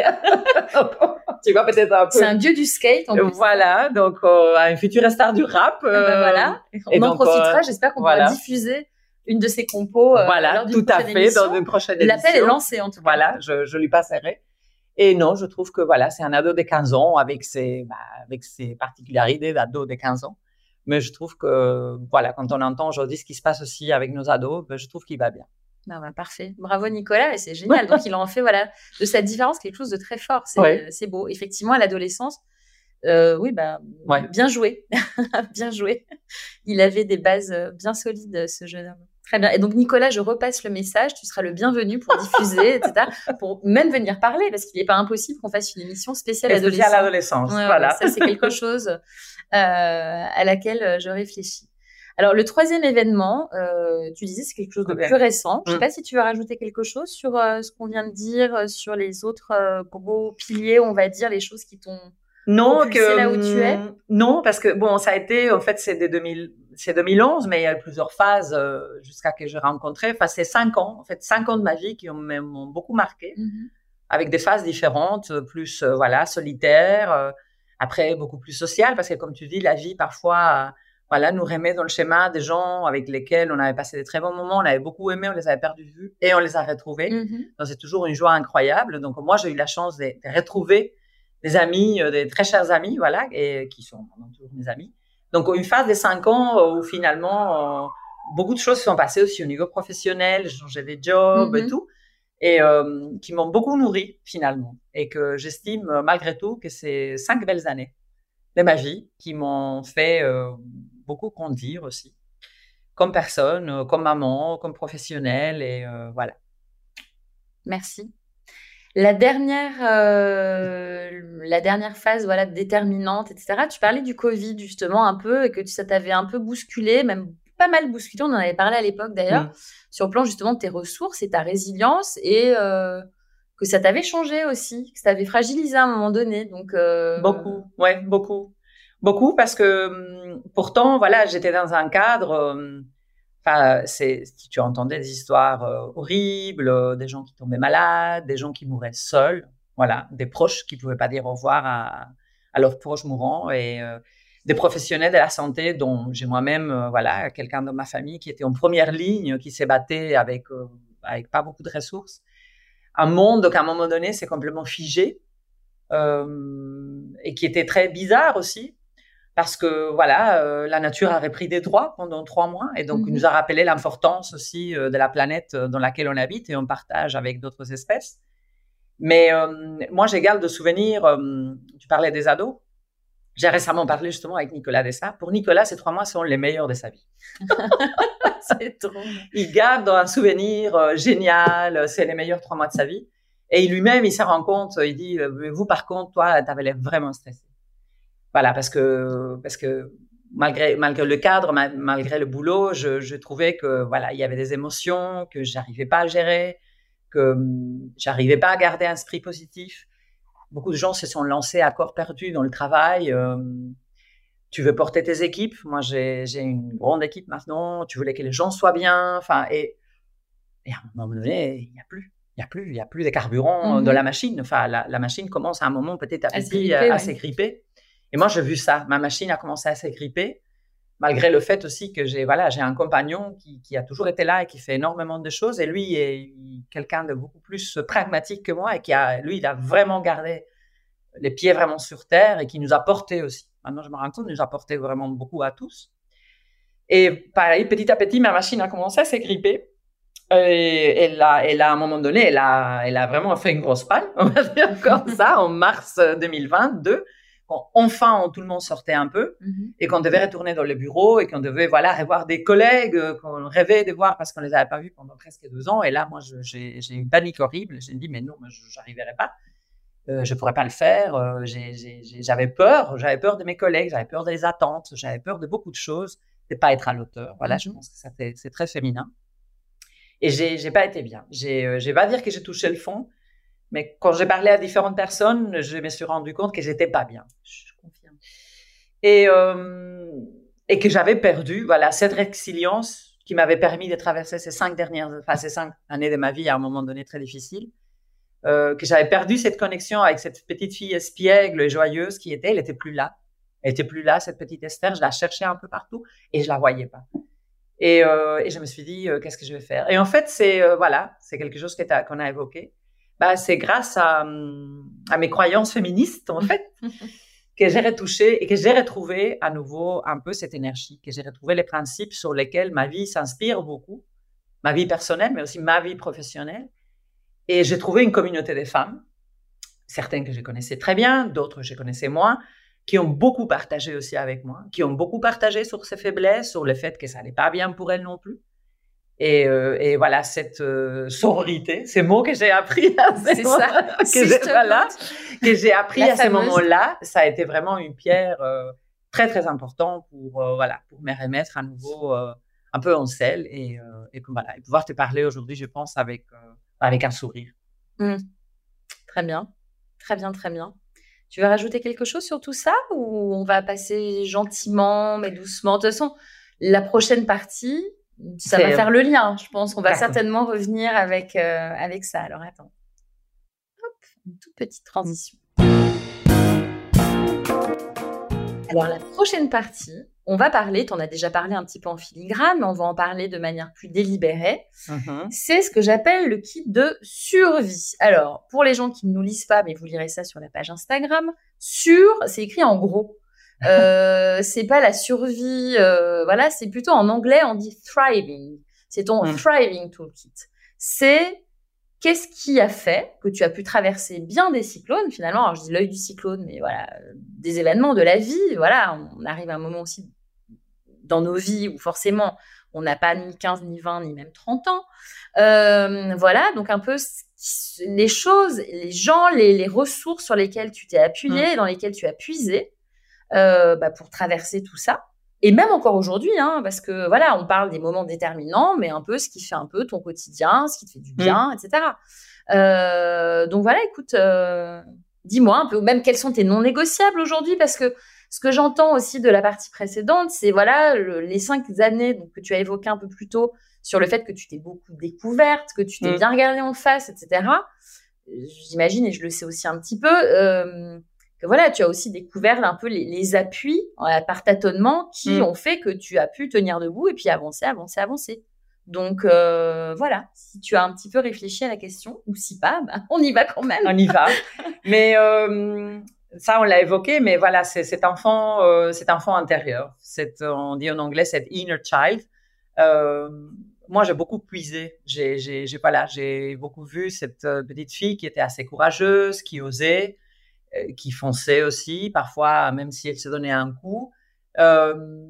Speaker 2: Tu vois, peut-être un peu.
Speaker 1: C'est un dieu du skate, en plus.
Speaker 2: Voilà, donc euh, un futur star du rap. Euh,
Speaker 1: ben voilà, on et en donc, profitera. Euh, j'espère qu'on voilà. pourra diffuser une de ses compos. Euh,
Speaker 2: voilà,
Speaker 1: lors
Speaker 2: tout à fait,
Speaker 1: émission.
Speaker 2: dans une prochaine émission.
Speaker 1: L'appel est lancé, en tout cas.
Speaker 2: Voilà, je, je lui passerai. Et non, je trouve que voilà, c'est un ado de quinze ans avec ses, bah, avec ses particularités d'ado de quinze ans. Mais je trouve que, voilà, quand on entend aujourd'hui ce qui se passe aussi avec nos ados, ben, je trouve qu'il va bien.
Speaker 1: Ah bah, parfait. Bravo Nicolas, et c'est génial. Donc, il en fait, voilà, de cette différence quelque chose de très fort. C'est, ouais. c'est beau. Effectivement, à l'adolescence, euh, oui, bah, ouais. bien joué. bien joué. Il avait des bases bien solides, ce jeune homme. Très bien. Et donc, Nicolas, je repasse le message. Tu seras le bienvenu pour diffuser, et cetera. Pour même venir parler, parce qu'il n'est pas impossible qu'on fasse une émission spéciale adolescence.
Speaker 2: Spéciale adolescence,
Speaker 1: ouais,
Speaker 2: voilà.
Speaker 1: Ouais, ça, c'est quelque chose euh, à laquelle je réfléchis. Alors, le troisième événement, euh, tu disais, c'est quelque chose de okay. plus récent. Je ne sais mmh. pas si tu veux rajouter quelque chose sur euh, ce qu'on vient de dire, sur les autres euh, gros piliers, on va dire, les choses qui t'ont
Speaker 2: non,
Speaker 1: propulsé
Speaker 2: que,
Speaker 1: là où tu es.
Speaker 2: Non, parce que, bon, ça a été, en fait, c'est, de deux mille, c'est deux mille onze, mais il y a eu plusieurs phases euh, jusqu'à que j'ai rencontré. Enfin, c'est cinq ans, en fait, cinq ans de ma vie qui ont, m'ont beaucoup marqué, mmh. avec des phases différentes, plus, euh, voilà, solitaires, euh, après, beaucoup plus sociales, parce que, comme tu dis, la vie, parfois... Euh, Voilà, nous remet dans le schéma des gens avec lesquels on avait passé des très bons moments, on avait beaucoup aimé, on les avait perdus de vue et on les a retrouvés. Mm-hmm. Donc, c'est toujours une joie incroyable. Donc, moi, j'ai eu la chance de, de retrouver des amis, des très chers amis, voilà, et qui sont toujours mes amis. Donc, une phase de cinq ans où finalement, euh, beaucoup de choses se sont passées aussi au niveau professionnel, j'ai changé de job mm-hmm. et tout, et euh, qui m'ont beaucoup nourri finalement. Et que j'estime, malgré tout, que c'est cinq belles années de ma vie qui m'ont fait euh, beaucoup grandir aussi, comme personne, euh, comme maman, comme professionnelle, et euh, voilà.
Speaker 1: Merci. La dernière, euh, la dernière phase, voilà, déterminante, et cetera. Tu parlais du Covid justement un peu et que ça t'avait un peu bousculé, même pas mal bousculé. On en avait parlé à l'époque d'ailleurs, mmh. sur le plan justement de tes ressources et ta résilience et euh, que ça t'avait changé aussi, que ça t'avait fragilisé à un moment donné. Donc euh...
Speaker 2: beaucoup, ouais, beaucoup. Beaucoup parce que pourtant, voilà, j'étais dans un cadre. Enfin, euh, c'est, tu entendais des histoires euh, horribles, euh, des gens qui tombaient malades, des gens qui mouraient seuls, voilà, des proches qui pouvaient pas dire au revoir à, à leurs proches mourants, et euh, des professionnels de la santé dont j'ai moi-même, euh, voilà, quelqu'un de ma famille qui était en première ligne, qui s'est battu avec euh, avec pas beaucoup de ressources. un monde qu'à un moment donné, c'est complètement figé euh, et qui était très bizarre aussi. Parce que voilà, euh, la nature a repris des droits pendant trois mois et donc mm-hmm. il nous a rappelé l'importance aussi euh, de la planète dans laquelle on habite et on partage avec d'autres espèces. Mais euh, moi, j'ai garde de souvenirs. Euh, tu parlais des ados. J'ai récemment parlé justement avec Nicolas de ça. Pour Nicolas, ces trois mois sont les meilleurs de sa vie.
Speaker 1: C'est trop.
Speaker 2: Il garde un souvenir euh, génial. C'est les meilleurs trois mois de sa vie. Et lui-même, il se rend compte. Il dit euh, vous, par contre, toi, t'avais l'air vraiment stressé. Voilà, parce que, parce que malgré, malgré le cadre, malgré le boulot, je, je trouvais que, voilà, il y avait des émotions que j'arrivais pas à gérer, que j'arrivais pas à garder un esprit positif. Beaucoup de gens se sont lancés à corps perdu dans le travail. Euh, tu veux porter tes équipes. Moi, j'ai, j'ai une grande équipe maintenant. Tu voulais que les gens soient bien. Enfin, et, et à un moment donné, il n'y a plus. Il n'y a plus, il y a plus de carburant mm-hmm. dans la machine. Enfin, la, la machine commence à un moment peut-être à, à, s'égripper, à, à ouais. s'égripper. Et moi, j'ai vu ça. Ma machine a commencé à s'égripper, malgré le fait aussi que j'ai, voilà, j'ai un compagnon qui, qui a toujours été là et qui fait énormément de choses. Et lui est quelqu'un de beaucoup plus pragmatique que moi et qui a, lui, il a vraiment gardé les pieds vraiment sur terre et qui nous a portés aussi. Maintenant, je me rends compte, il nous a porté vraiment beaucoup à tous. Et pareil, petit à petit, ma machine a commencé à s'égripper. Et elle a, elle a, à un moment donné, elle a, elle a vraiment fait une grosse panne, on va dire comme ça, en mars deux mille vingt-deux. Quand enfin tout le monde sortait un peu mm-hmm. et qu'on devait retourner dans les bureaux et qu'on devait voilà revoir des collègues qu'on rêvait de voir parce qu'on les avait pas vus pendant presque deux ans. Et là, moi, je, j'ai, j'ai une panique horrible. J'ai dit mais non, moi, je j'arriverai pas, euh, je pourrais pas le faire. Euh, j'ai, j'ai, j'avais peur, j'avais peur de mes collègues, j'avais peur des attentes, j'avais peur de beaucoup de choses, de pas être à l'auteur. Voilà, mm-hmm. je pense que ça fait, c'est très féminin. Et j'ai, j'ai pas été bien. J'ai, euh, je vais pas dire que j'ai touché le fond. Mais quand j'ai parlé à différentes personnes, je me suis rendu compte que j'étais pas bien. Je confirme. Et, euh, et que j'avais perdu, voilà, cette résilience qui m'avait permis de traverser ces cinq dernières, enfin, ces cinq années de ma vie à un moment donné très difficile. Euh, que j'avais perdu cette connexion avec cette petite fille espiègle et joyeuse qui était, elle était plus là. Elle était plus là, cette petite Esther. Je la cherchais un peu partout et je la voyais pas. Et, euh, et je me suis dit, euh, qu'est-ce que je vais faire? Et en fait, c'est, euh, voilà, c'est quelque chose que t'as, qu'on a évoqué. Bah, c'est grâce à, à mes croyances féministes, en fait, que j'ai retouché et que j'ai retrouvé à nouveau un peu cette énergie, que j'ai retrouvé les principes sur lesquels ma vie s'inspire beaucoup, ma vie personnelle, mais aussi ma vie professionnelle. Et j'ai trouvé une communauté de femmes, certaines que je connaissais très bien, d'autres que je connaissais moins, qui ont beaucoup partagé aussi avec moi, qui ont beaucoup partagé sur ses faiblesses, sur le fait que ça n'allait pas bien pour elles non plus. Et, euh, et voilà, cette euh, sororité, ces mots que j'ai appris à ces
Speaker 1: c'est ça,
Speaker 2: que, j'ai, voilà, que j'ai appris à ces moments-là, ça a été vraiment une pierre euh, très, très importante pour, euh, voilà, pour me remettre à nouveau euh, un peu en selle et, euh, et, voilà, et pouvoir te parler aujourd'hui, je pense, avec, euh, avec un sourire.
Speaker 1: Mmh. Très bien, très bien, très bien. Tu veux rajouter quelque chose sur tout ça ou on va passer gentiment, mais doucement? De toute façon, la prochaine partie... Ça c'est... va faire le lien, je pense qu'on va D'accord. certainement revenir avec, euh, avec ça. Alors, attends. Hop, une toute petite transition. Alors, la prochaine partie, on va parler, tu en as déjà parlé un petit peu en filigrane, mais on va en parler de manière plus délibérée. Mm-hmm. C'est ce que j'appelle le kit de survie. Alors, pour les gens qui ne nous lisent pas, mais vous lirez ça sur la page Instagram, sur, c'est écrit en gros. euh, c'est pas la survie, euh, voilà, c'est plutôt en anglais, on dit thriving. C'est ton mm. thriving toolkit. C'est qu'est-ce qui a fait que tu as pu traverser bien des cyclones, finalement. Alors, je dis l'œil du cyclone, mais voilà, des événements de la vie. Voilà, on arrive à un moment aussi dans nos vies où forcément, on n'a pas ni quinze, ni vingt, ni même trente ans. Euh, voilà, donc un peu les choses, les gens, les, les ressources sur lesquelles tu t'es appuyé, mm. dans lesquelles tu as puisé. Euh, bah, pour traverser tout ça et même encore aujourd'hui hein, parce que voilà on parle des moments déterminants mais un peu ce qui fait un peu ton quotidien, ce qui te fait du bien, mmh. etc. Euh, donc voilà, écoute, euh, dis-moi un peu même quels sont tes non négociables aujourd'hui, parce que ce que j'entends aussi de la partie précédente, c'est voilà le, les cinq années donc, que tu as évoqué un peu plus tôt sur le fait que tu t'es beaucoup découverte, que tu t'es mmh. bien regardée en face, etc. J'imagine, et je le sais aussi un petit peu, euh, que voilà, tu as aussi découvert un peu les, les appuis par tâtonnement qui mmh. ont fait que tu as pu tenir debout et puis avancer, avancer, avancer. Donc, euh, voilà, si tu as un petit peu réfléchi à la question, ou si pas, bah, on y va quand même.
Speaker 2: On y va. Mais euh, ça, on l'a évoqué, mais voilà, c'est cet enfant, euh, cet enfant intérieur. Cette, on dit en anglais, cet inner child. Euh, moi, j'ai beaucoup puisé. J'ai, j'ai, j'ai, voilà, j'ai beaucoup vu cette euh, petite fille qui était assez courageuse, qui osait, euh, qui fonçait aussi, parfois, même si elle se donnait un coup. Euh,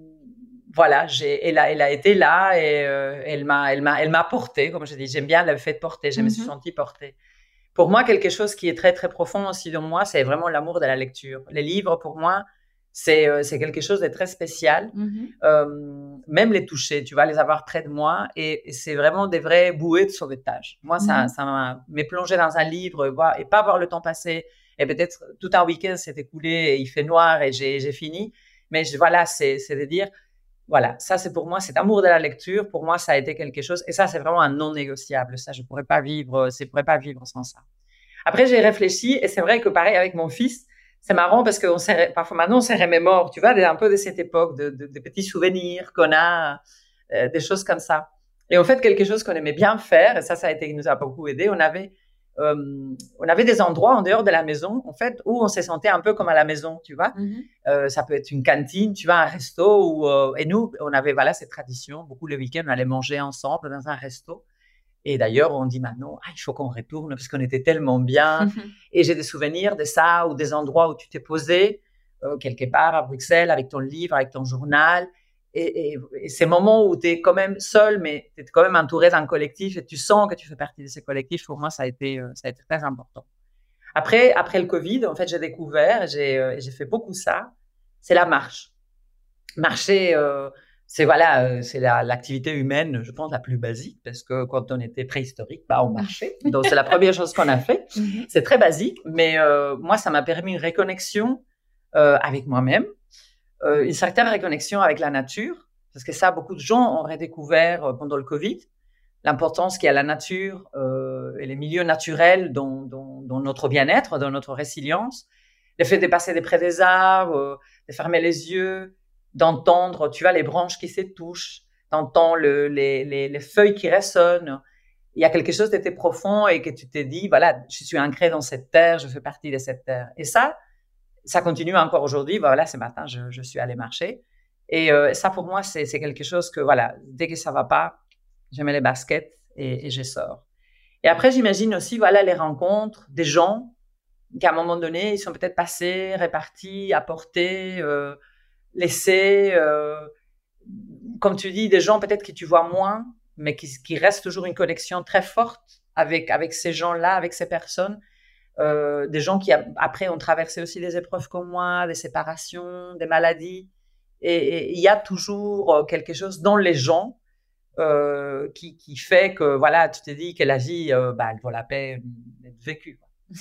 Speaker 2: voilà, j'ai, elle, a, elle a été là et euh, elle m'a, elle m'a, elle m'a portée, comme je dis. J'aime bien le fait de porter. Je me suis
Speaker 1: Mhm.
Speaker 2: sentie portée. Pour moi, quelque chose qui est très, très profond aussi dans moi, c'est vraiment l'amour de la lecture. Les livres, pour moi, c'est, euh, c'est quelque chose de très spécial.
Speaker 1: Mhm.
Speaker 2: Euh, même les toucher, tu vas les avoir près de moi. Et, et c'est vraiment des vraies bouées de sauvetage. Moi, ça,
Speaker 1: Mhm.
Speaker 2: ça m'a m'est plongé dans un livre voir, et pas voir le temps passer. Et peut-être tout un week-end s'est écoulé et il fait noir et j'ai, j'ai fini. Mais je, voilà, c'est, c'est de dire, voilà, ça c'est pour moi, cet amour de la lecture, pour moi ça a été quelque chose, et ça c'est vraiment un non négociable, ça je pourrais pas vivre, je pourrais pas vivre sans ça. Après j'ai réfléchi, et c'est vrai que pareil avec mon fils, c'est marrant parce que on s'est, parfois maintenant on se remémore, tu vois, un peu de cette époque, de, de, de petits souvenirs qu'on a, euh, des choses comme ça. Et en fait quelque chose qu'on aimait bien faire, et ça ça a été, nous a beaucoup aidé, on avait euh, on avait des endroits en dehors de la maison, en fait, où on se sentait un peu comme à la maison, tu vois.
Speaker 1: Mhm.
Speaker 2: Euh, ça peut être une cantine, tu vois, un resto. Où, euh, et nous, on avait voilà cette tradition. Beaucoup le week-end, on allait manger ensemble dans un resto. Et d'ailleurs, on dit maintenant, ah, il faut qu'on retourne parce qu'on était tellement bien. Et j'ai des souvenirs de ça ou des endroits où tu t'es posé euh, quelque part à Bruxelles avec ton livre, avec ton journal. Et, et, et ces moments où tu es quand même seul, mais tu es quand même entouré d'un collectif et tu sens que tu fais partie de ce collectif, pour moi, ça a été, euh, ça a été très important. Après, après le Covid, en fait, j'ai découvert, j'ai, euh, j'ai fait beaucoup ça, c'est la marche. Marcher, euh, c'est voilà, euh, c'est la, l'activité humaine, je pense, la plus basique, parce que quand on était préhistorique, bah, on marchait. Donc, c'est la première chose qu'on a fait.
Speaker 1: Mhm.
Speaker 2: C'est très basique, mais euh, moi, ça m'a permis une réconnexion euh, avec moi-même, euh, une certaine réconnexion avec la nature, parce que ça, beaucoup de gens ont redécouvert euh, pendant le Covid l'importance qu'il y a la nature euh, et les milieux naturels dans, dans, dans notre bien-être, dans notre résilience. Le fait de passer près des arbres, euh, de fermer les yeux, d'entendre, tu vois, les branches qui se touchent, d'entendre le, les, les, les feuilles qui résonnent. Il y a quelque chose d'été profond et que tu t'es dit, voilà, je suis ancré dans cette terre, je fais partie de cette terre. Et ça, ça continue encore aujourd'hui. Voilà, ce matin, je, je suis allée marcher. Et euh, ça, pour moi, c'est, c'est quelque chose que, voilà, dès que ça va pas, je mets les baskets et, et je sors. Et après, j'imagine aussi, voilà, les rencontres des gens qu'à un moment donné, ils sont peut-être passés, répartis, apportés, euh, laissés. Euh, comme tu dis, des gens peut-être que tu vois moins, mais qui, qui restent toujours une connexion très forte avec, avec ces gens-là, avec ces personnes. Euh, des gens qui, après, ont traversé aussi des épreuves comme moi, des séparations, des maladies. Et il y a toujours quelque chose dans les gens euh, qui, qui fait que, voilà, tu te dis que la vie, euh, bah, elle vaut la peine d'être vécue.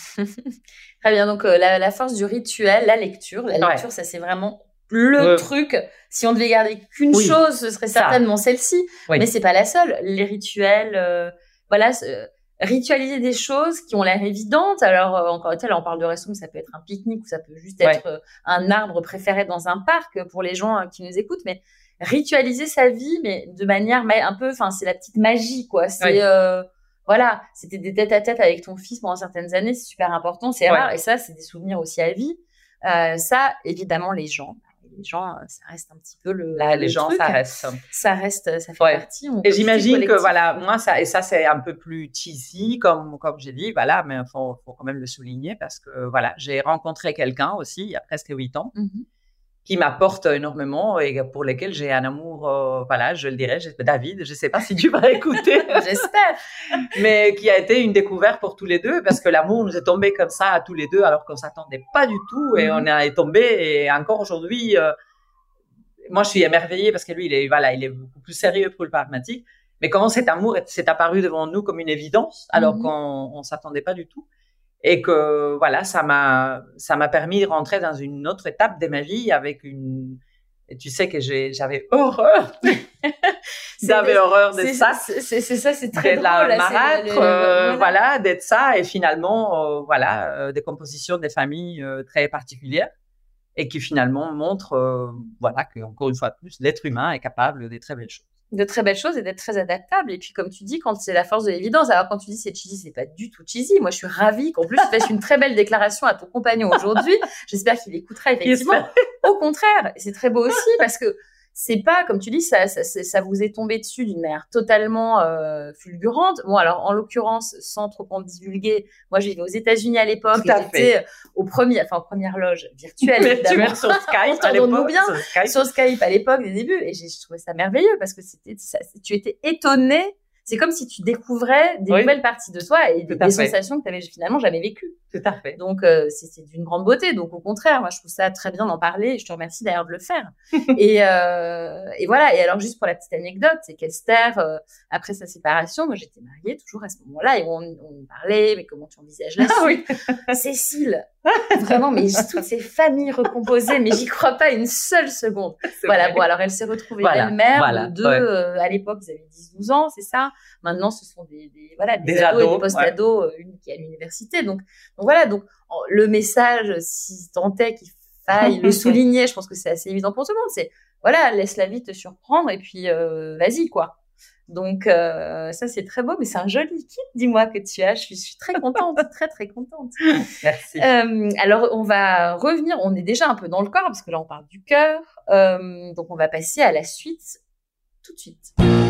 Speaker 1: Très bien, donc euh, la, la force du rituel, la lecture. La lecture, ouais. Ça c'est vraiment le
Speaker 2: euh,
Speaker 1: truc. Si on devait garder qu'une
Speaker 2: oui,
Speaker 1: chose, ce serait certainement ça. Celle-ci.
Speaker 2: Oui.
Speaker 1: Mais c'est pas la seule. Les rituels, euh, voilà, euh, ritualiser des choses qui ont l'air évidentes. Alors euh, encore une fois, là on parle de resto, mais ça peut être un pique-nique ou ça peut juste être ouais. euh, un arbre préféré dans un parc pour les gens euh, qui nous écoutent. Mais ritualiser sa vie, mais de manière un peu, enfin c'est la petite magie, quoi. C'est oui. euh, Voilà, c'était des tête-à-tête avec ton fils pendant certaines années, c'est super important, c'est ouais. rare, et ça, c'est des souvenirs aussi à vie. Euh, ça, évidemment, les gens, les gens, ça reste un petit peu le.
Speaker 2: Là,
Speaker 1: le
Speaker 2: les gens,
Speaker 1: truc.
Speaker 2: ça reste.
Speaker 1: Ça reste, ça fait ouais. partie.
Speaker 2: Et j'imagine que voilà, moi, ça, et ça, c'est un peu plus cheesy, comme, comme j'ai dit, voilà, mais il faut, faut quand même le souligner parce que voilà, j'ai rencontré quelqu'un aussi, il y a presque huit ans. Mm-hmm. Qui m'apporte énormément et pour lesquels j'ai un amour, euh, voilà, je le dirais, David, je ne sais pas si tu vas écouter.
Speaker 1: J'espère.
Speaker 2: Mais qui a été une découverte pour tous les deux parce que l'amour nous est tombé comme ça à tous les deux alors qu'on ne s'attendait pas du tout et mm-hmm. on est tombé et encore aujourd'hui, euh, moi je suis émerveillée parce que lui, il est, voilà, il est beaucoup plus sérieux pour le pragmatique. Mais comment cet amour s'est apparu devant nous comme une évidence alors mm-hmm. qu'on ne s'attendait pas du tout. Et que voilà, ça m'a ça m'a permis de rentrer dans une autre étape de ma vie avec une. Et tu sais que j'ai, j'avais horreur. j'avais horreur de
Speaker 1: c'est,
Speaker 2: ça.
Speaker 1: C'est, c'est, c'est ça, c'est très
Speaker 2: de
Speaker 1: drôle.
Speaker 2: la marâtre,
Speaker 1: le, le,
Speaker 2: euh,
Speaker 1: le,
Speaker 2: voilà, d'être ça et finalement, euh, voilà, euh, des compositions des familles euh, très particulières et qui finalement montrent, euh, voilà, que encore une fois de plus, l'être humain est capable de très belles choses.
Speaker 1: de très belles choses et d'être très adaptable. Et puis, comme tu dis, quand c'est la force de l'évidence, alors quand tu dis c'est cheesy, c'est pas du tout cheesy. Moi, je suis ravie qu'en plus, tu fasses une très belle déclaration à ton compagnon aujourd'hui. J'espère qu'il écoutera effectivement. Au contraire, et c'est très beau aussi parce que c'est pas, comme tu dis, ça, ça, ça vous est tombé dessus d'une manière totalement euh, fulgurante. Bon, alors, en l'occurrence, sans trop en divulguer, moi, je vivais aux États-Unis à l'époque et j'étais au premier, enfin, aux premières loges virtuelles, évidemment.
Speaker 2: sur Skype à l'époque.
Speaker 1: bien, sur Skype. sur Skype à l'époque, des débuts. Et j'ai trouvé ça merveilleux parce que c'était, ça, tu étais étonné. C'est comme si tu découvrais des oui. nouvelles parties de toi et des, des sensations que tu avais finalement jamais vécues.
Speaker 2: Tout à fait.
Speaker 1: Donc, euh, c'est, c'est d'une grande beauté. Donc, au contraire, moi, je trouve ça très bien d'en parler. Et je te remercie d'ailleurs de le faire. et, euh, et voilà. Et alors, juste pour la petite anecdote, c'est qu'Esther, euh, après sa séparation, moi, j'étais mariée toujours à ce moment-là et on, on parlait, mais comment tu envisages la suite? Ah, oui. Cécile, vraiment, mais toutes ces familles recomposées, mais j'y crois pas une seule seconde. C'est voilà. Vrai. Bon, alors, elle s'est retrouvée voilà. belle-mère voilà. de, ouais. euh, à l'époque, ils avaient dix douze ans, c'est ça? Maintenant, ce sont des, des voilà, des, des ados, ados et des post-ados, ouais. une qui est à l'université. Donc, donc voilà. Donc, le message, si tant est qu'il faille le souligner, je pense que c'est assez évident pour tout le monde. C'est, voilà, laisse la vie te surprendre et puis, euh, vas-y, quoi. Donc, euh, ça, c'est très beau, mais c'est un joli kit, dis-moi, que tu as. Je suis, je suis très contente, très, très contente.
Speaker 2: Merci.
Speaker 1: Euh, alors, on va revenir, on est déjà un peu dans le corps, parce que là, on parle du cœur. Euh, donc, on va passer à la suite tout de suite.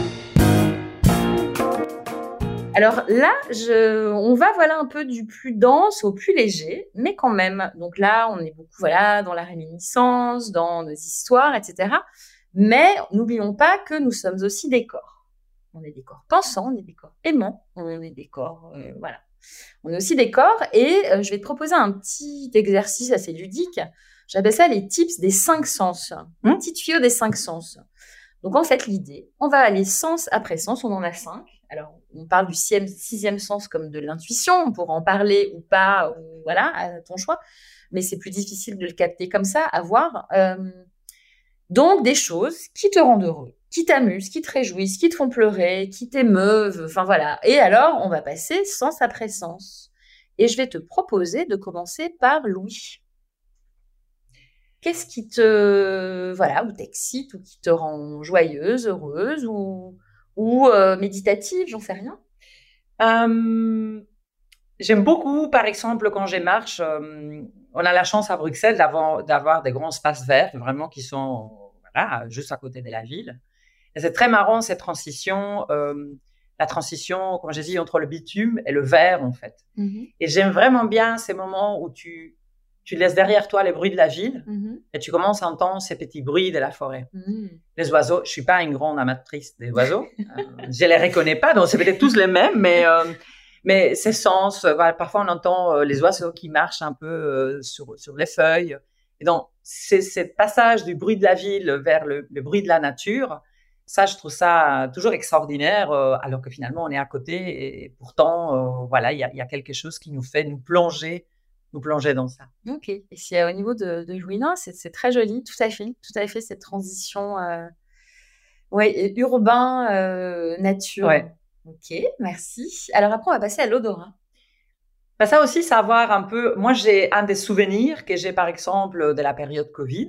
Speaker 1: Alors là, je, on va voilà un peu du plus dense au plus léger, mais quand même. Donc là, on est beaucoup voilà dans la réminiscence, dans nos histoires, et cetera. Mais n'oublions pas que nous sommes aussi des corps. On est des corps pensants, on est des corps aimants, on est des corps, euh, voilà. On est aussi des corps et euh, je vais te proposer un petit exercice assez ludique. J'appelle ça les tips des cinq sens. Mmh. Un petit tuyau des cinq sens. Donc, en fait, l'idée, on va aller sens après sens, on en a cinq. Alors, on parle du sixième, sixième sens comme de l'intuition, on pourra en parler ou pas, ou, voilà, à ton choix, mais c'est plus difficile de le capter comme ça, à voir. Euh, donc, des choses qui te rendent heureux, qui t'amusent, qui te réjouissent, qui te font pleurer, qui t'émeuvent, enfin voilà. Et alors, on va passer sens après sens. Et je vais te proposer de commencer par l'ouïe. Qu'est-ce qui te, voilà, ou t'excite, ou qui te rend joyeuse, heureuse, ou, ou euh, méditative, j'en sais rien.
Speaker 2: Euh, j'aime beaucoup, par exemple, quand je marche, euh, on a la chance à Bruxelles d'avoir, d'avoir des grands espaces verts, vraiment, qui sont voilà, juste à côté de la ville. Et c'est très marrant, cette transition, euh, la transition, comme j'ai dit, entre le bitume et le vert, en fait. Mm-hmm. Et j'aime vraiment bien ces moments où tu... Tu laisses derrière toi les bruits de la ville mm-hmm. et tu commences à entendre ces petits bruits de la forêt. Mm-hmm. Les oiseaux, je suis pas une grande amatrice des oiseaux. euh, je les reconnais pas, donc c'est peut-être tous les mêmes, mais, euh, mais ces sens, euh, voilà, parfois on entend euh, les oiseaux qui marchent un peu euh, sur, sur les feuilles. Et donc, c'est ce passage du bruit de la ville vers le, le bruit de la nature. Ça, je trouve ça toujours extraordinaire, euh, alors que finalement on est à côté et pourtant, euh, voilà, il y a, y a quelque chose qui nous fait nous plonger nous plonger dans ça.
Speaker 1: Ok. Et si au niveau de, de Louis, c'est, c'est très joli, tout à fait, tout à fait cette transition, euh, ouais, urbain, euh, nature.
Speaker 2: Ouais.
Speaker 1: Ok, merci. Alors après, on va passer à l'odorat.
Speaker 2: Ben ça aussi, savoir un peu. Moi, j'ai un des souvenirs que j'ai, par exemple, de la période Covid.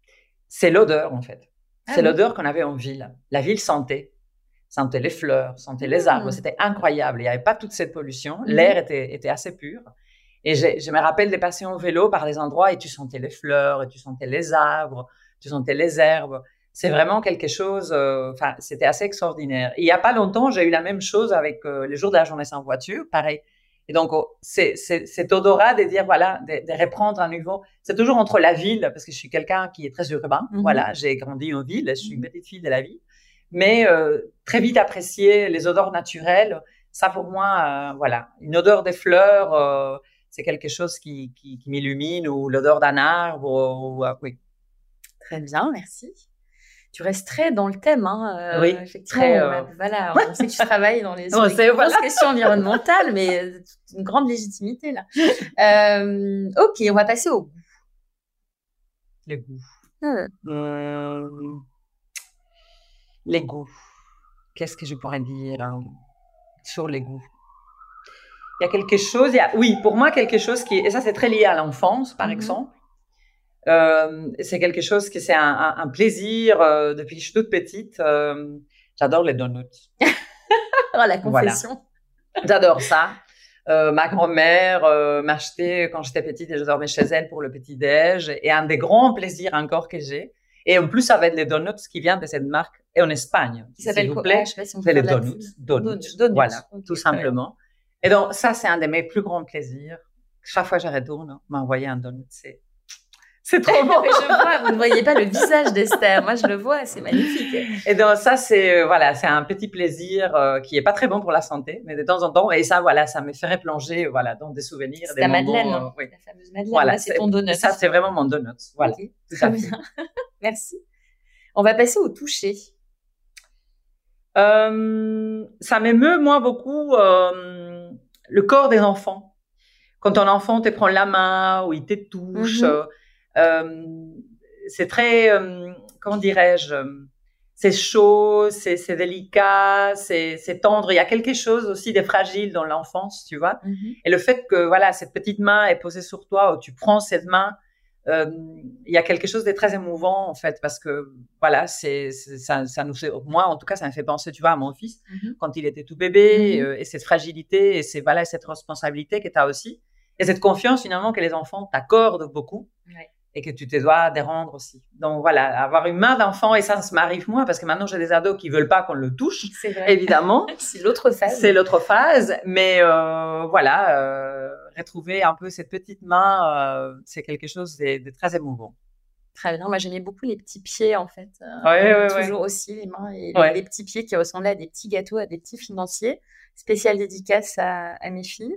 Speaker 2: C'est l'odeur, en fait. Ah, c'est oui. L'odeur qu'on avait en ville. La ville sentait. Sentait les fleurs, sentait mmh. les arbres. C'était incroyable. Il n'y avait pas toute cette pollution. Mmh. L'air était, était assez pur. Et je, je me rappelle des passer en vélo par des endroits et tu sentais les fleurs, et tu sentais les arbres, tu sentais les herbes. C'est vraiment quelque chose, enfin, euh, c'était assez extraordinaire. Et il n'y a pas longtemps, j'ai eu la même chose avec euh, les jours de la journée sans voiture, pareil. Et donc, oh, c'est, c'est, cet odorat de dire, voilà, de, de reprendre à nouveau. C'est toujours entre la ville, parce que je suis quelqu'un qui est très urbain. Mm-hmm. Voilà, j'ai grandi en ville, je suis une petite fille de la ville. Mais euh, très vite apprécier les odeurs naturelles. Ça, pour moi, euh, voilà, une odeur des fleurs, euh, c'est quelque chose qui, qui, qui m'illumine, ou l'odeur d'un arbre, ou, ou, oui.
Speaker 1: Très bien, merci. Tu restes très dans le thème, hein.
Speaker 2: Euh, oui,
Speaker 1: effectivement. Très, euh... Voilà, on sait que tu travailles dans les, sur les grosses voilà. questions environnementales, mais une grande légitimité là. Euh, ok, on va passer au goût.
Speaker 2: Le goût. Euh. Euh, les goûts. Qu'est-ce que je pourrais dire hein, sur les goûts? Il y a quelque chose, il y a, oui, pour moi, quelque chose qui, et ça, c'est très lié à l'enfance, par mm-hmm. exemple. Euh, c'est quelque chose qui, c'est un, un, un plaisir euh, depuis que je suis toute petite. Euh, J'adore les donuts.
Speaker 1: Oh, la confession.
Speaker 2: Voilà. J'adore ça. Euh, ma grand-mère euh, m'achetait quand j'étais petite et je dormais chez elle pour le petit-déj. Et un des grands plaisirs encore que j'ai. Et en plus, avec les donuts qui viennent de cette marque, et en Espagne, s'il vous plaît,
Speaker 1: ah, si
Speaker 2: c'est les donuts. Donuts, donuts. donuts. Voilà, okay, tout simplement. Et donc, ça, c'est un de mes plus grands plaisirs. Chaque fois que je retourne, m'envoyer un donut, c'est... C'est trop bon.
Speaker 1: Je vois, vous ne voyez pas le visage d'Esther. Moi, je le vois, c'est magnifique.
Speaker 2: Et donc, ça, c'est, euh, voilà, c'est un petit plaisir euh, qui est pas très bon pour la santé, mais de temps en temps, et ça, voilà, ça me ferait plonger, voilà, dans des souvenirs.
Speaker 1: C'est
Speaker 2: des
Speaker 1: ta
Speaker 2: moments,
Speaker 1: Madeleine,
Speaker 2: euh, oui.
Speaker 1: La fameuse Madeleine.
Speaker 2: Voilà,
Speaker 1: là, c'est ton donut.
Speaker 2: Ça, c'est vraiment mon donut. Voilà.
Speaker 1: Okay. Très bien. Merci. On va passer au toucher.
Speaker 2: Euh, ça m'émeut, moi, beaucoup, euh, le corps des enfants. Quand ton enfant te prend la main ou il te touche, mm-hmm. euh, c'est très, euh, comment dirais-je, c'est chaud, c'est, c'est délicat, c'est, c'est tendre. Il y a quelque chose aussi de fragile dans l'enfance, tu vois. Mm-hmm. Et le fait que, voilà, cette petite main est posée sur toi, ou tu prends cette main, euh, il y a quelque chose de très émouvant, en fait, parce que, voilà, c'est, c'est ça, ça nous fait, moi, en tout cas, ça me fait penser, tu vois, à mon fils, mm-hmm. quand il était tout bébé, mm-hmm. euh, et cette fragilité, et c'est, voilà, cette responsabilité que tu as aussi. Et cette confiance, finalement, que les enfants t'accordent beaucoup, ouais. Et que tu te dois de rendre aussi. Donc, voilà, avoir une main d'enfant, et ça, ça m'arrive moins, parce que maintenant, j'ai des ados qui veulent pas qu'on le touche,
Speaker 1: c'est vrai.
Speaker 2: Évidemment.
Speaker 1: C'est l'autre phase.
Speaker 2: C'est l'autre phase, mais euh, voilà, euh, retrouver un peu cette petite main, euh, c'est quelque chose de, de très émouvant.
Speaker 1: Très bien. Moi, j'aimais beaucoup les petits pieds, en fait.
Speaker 2: Euh, ouais, ouais,
Speaker 1: toujours
Speaker 2: ouais.
Speaker 1: aussi, les mains et
Speaker 2: ouais.
Speaker 1: les, les petits pieds qui ressemblaient à des petits gâteaux, à des petits financiers. Spéciale dédicace à, à mes filles.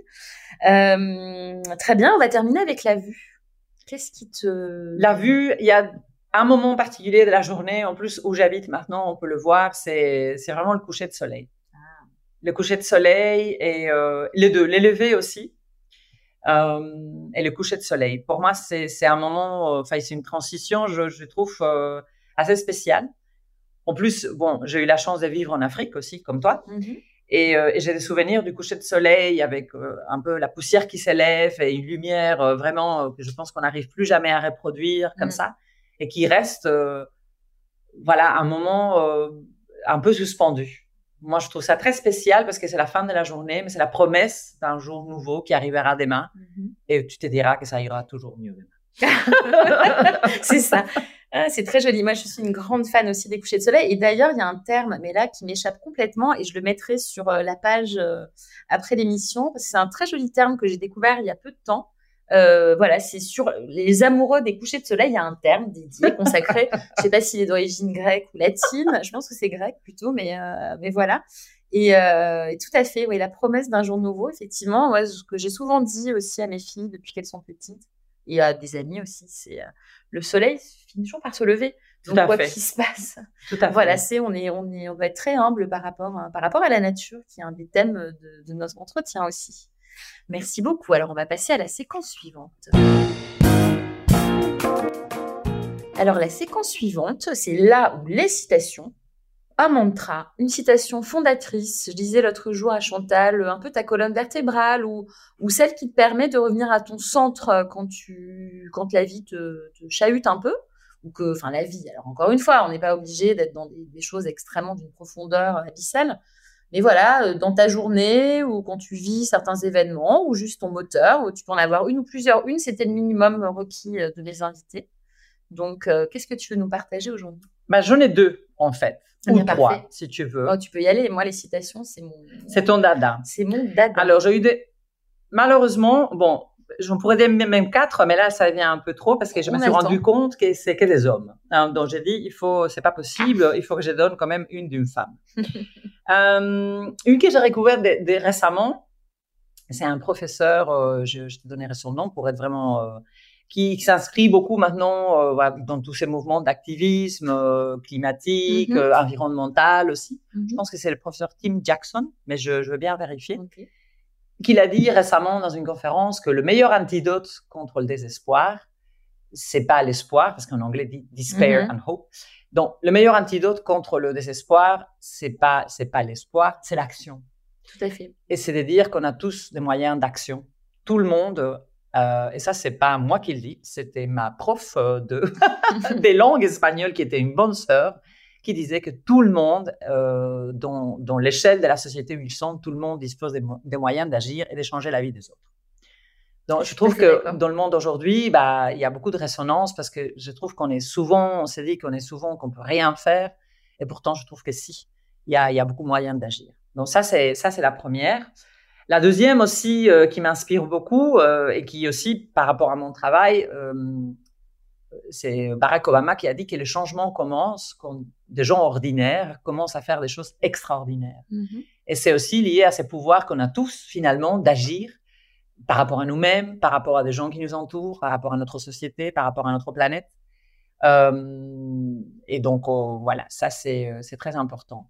Speaker 1: Euh, très bien, on va terminer avec la vue. Qu'est-ce qui te...
Speaker 2: La vue, il y a un moment particulier de la journée, en plus où j'habite maintenant, on peut le voir, c'est, c'est vraiment le coucher de soleil. Ah. Le coucher de soleil et euh, les deux, les levées aussi, euh, et le coucher de soleil. Pour moi, c'est, c'est un moment, enfin, euh, c'est une transition, je, je trouve euh, assez spéciale. En plus, bon, j'ai eu la chance de vivre en Afrique aussi, comme toi. Mm-hmm. Et, euh, et j'ai des souvenirs du coucher de soleil avec euh, un peu la poussière qui s'élève et une lumière euh, vraiment euh, que je pense qu'on n'arrive plus jamais à reproduire comme mmh. ça et qui reste, euh, voilà, un moment euh, un peu suspendu. Moi, je trouve ça très spécial parce que c'est la fin de la journée, mais c'est la promesse d'un jour nouveau qui arrivera demain mmh. et tu te diras que ça ira toujours mieux demain.
Speaker 1: C'est ça. Ah, c'est très joli. Moi, je suis une grande fan aussi des couchers de soleil. Et d'ailleurs, il y a un terme, mais là, qui m'échappe complètement et je le mettrai sur euh, la page euh, après l'émission parce que c'est un très joli terme que j'ai découvert il y a peu de temps. Euh, voilà, c'est sur les amoureux des couchers de soleil. Il y a un terme dédié, consacré. Je sais pas s'il est d'origine grecque ou latine. Je pense que c'est grec plutôt, mais, euh, mais voilà. Et, euh, et tout à fait, oui, la promesse d'un jour nouveau, effectivement. Moi, ce que j'ai souvent dit aussi à mes filles depuis qu'elles sont petites et à des amis aussi, c'est euh, le soleil finit toujours par se lever. Donc, quoi qu'il se passe.
Speaker 2: Tout à
Speaker 1: voilà,
Speaker 2: fait.
Speaker 1: c'est, on, est, on, est, on va être très humble par rapport, hein, par rapport à la nature, qui est un des thèmes de, de notre entretien aussi. Merci beaucoup. Alors, on va passer à la séquence suivante. Alors, la séquence suivante, c'est là où les citations, un mantra, une citation fondatrice, je disais l'autre jour à Chantal, un peu ta colonne vertébrale ou, ou celle qui te permet de revenir à ton centre quand, tu, quand la vie te, te chahute un peu. Ou que, enfin, la vie. Alors, encore une fois, on n'est pas obligé d'être dans des, des choses extrêmement d'une profondeur abyssale. Mais voilà, dans ta journée ou quand tu vis certains événements ou juste ton moteur, où tu peux en avoir une ou plusieurs. Une, c'était le minimum requis de mes invités. Donc, euh, qu'est-ce que tu veux nous partager aujourd'hui ?
Speaker 2: Bah, j'en ai deux, en fait. Ou
Speaker 1: Bien,
Speaker 2: trois,
Speaker 1: parfait.
Speaker 2: Si tu veux.
Speaker 1: Oh, tu peux y aller. Moi, les citations, c'est mon...
Speaker 2: C'est ton dada.
Speaker 1: C'est mon dada.
Speaker 2: Alors, j'ai eu des... Malheureusement, bon... J'en pourrais dire même quatre, mais là, ça vient un peu trop parce que je
Speaker 1: On
Speaker 2: me suis rendu compte que c'est que des hommes. Hein, donc, j'ai dit, il faut, c'est pas possible, il faut que je donne quand même une d'une femme. euh, une que j'ai découverte de, de récemment, c'est un professeur, euh, je, je te donnerai son nom pour être vraiment, euh, qui, qui s'inscrit beaucoup maintenant euh, voilà, dans tous ces mouvements d'activisme euh, climatique, mm-hmm. euh, environnemental aussi. Mm-hmm. Je pense que c'est le professeur Tim Jackson, mais je, je veux bien vérifier. Okay. Qu'il a dit récemment dans une conférence que le meilleur antidote contre le désespoir, c'est pas l'espoir, parce qu'en anglais dit despair mm-hmm. and hope. Donc, le meilleur antidote contre le désespoir, c'est pas, c'est pas l'espoir, c'est l'action.
Speaker 1: Tout à fait.
Speaker 2: Et c'est de dire qu'on a tous des moyens d'action. Tout le monde, euh, et ça, c'est pas moi qui le dis, c'était ma prof de des langues espagnoles qui était une bonne sœur, qui disait que tout le monde, euh, dans, dans l'échelle de la société où ils sont, tout le monde dispose des, mo- des moyens d'agir et de changer la vie des autres. Donc, je trouve que dans le monde d'aujourd'hui, bah, il y a beaucoup de résonance parce que je trouve qu'on est souvent, on s'est dit qu'on est souvent, qu'on peut rien faire. Et pourtant, je trouve que si, il y a, il y a beaucoup de moyens d'agir. Donc, ça, c'est, ça, c'est la première. La deuxième aussi, euh, qui m'inspire beaucoup euh, et qui aussi, par rapport à mon travail, euh, c'est Barack Obama qui a dit que le changement commence quand des gens ordinaires commencent à faire des choses extraordinaires. Mm-hmm. Et c'est aussi lié à ces pouvoirs qu'on a tous, finalement, d'agir par rapport à nous-mêmes, par rapport à des gens qui nous entourent, par rapport à notre société, par rapport à notre planète. Euh, et donc, oh, voilà, ça, c'est, c'est très important.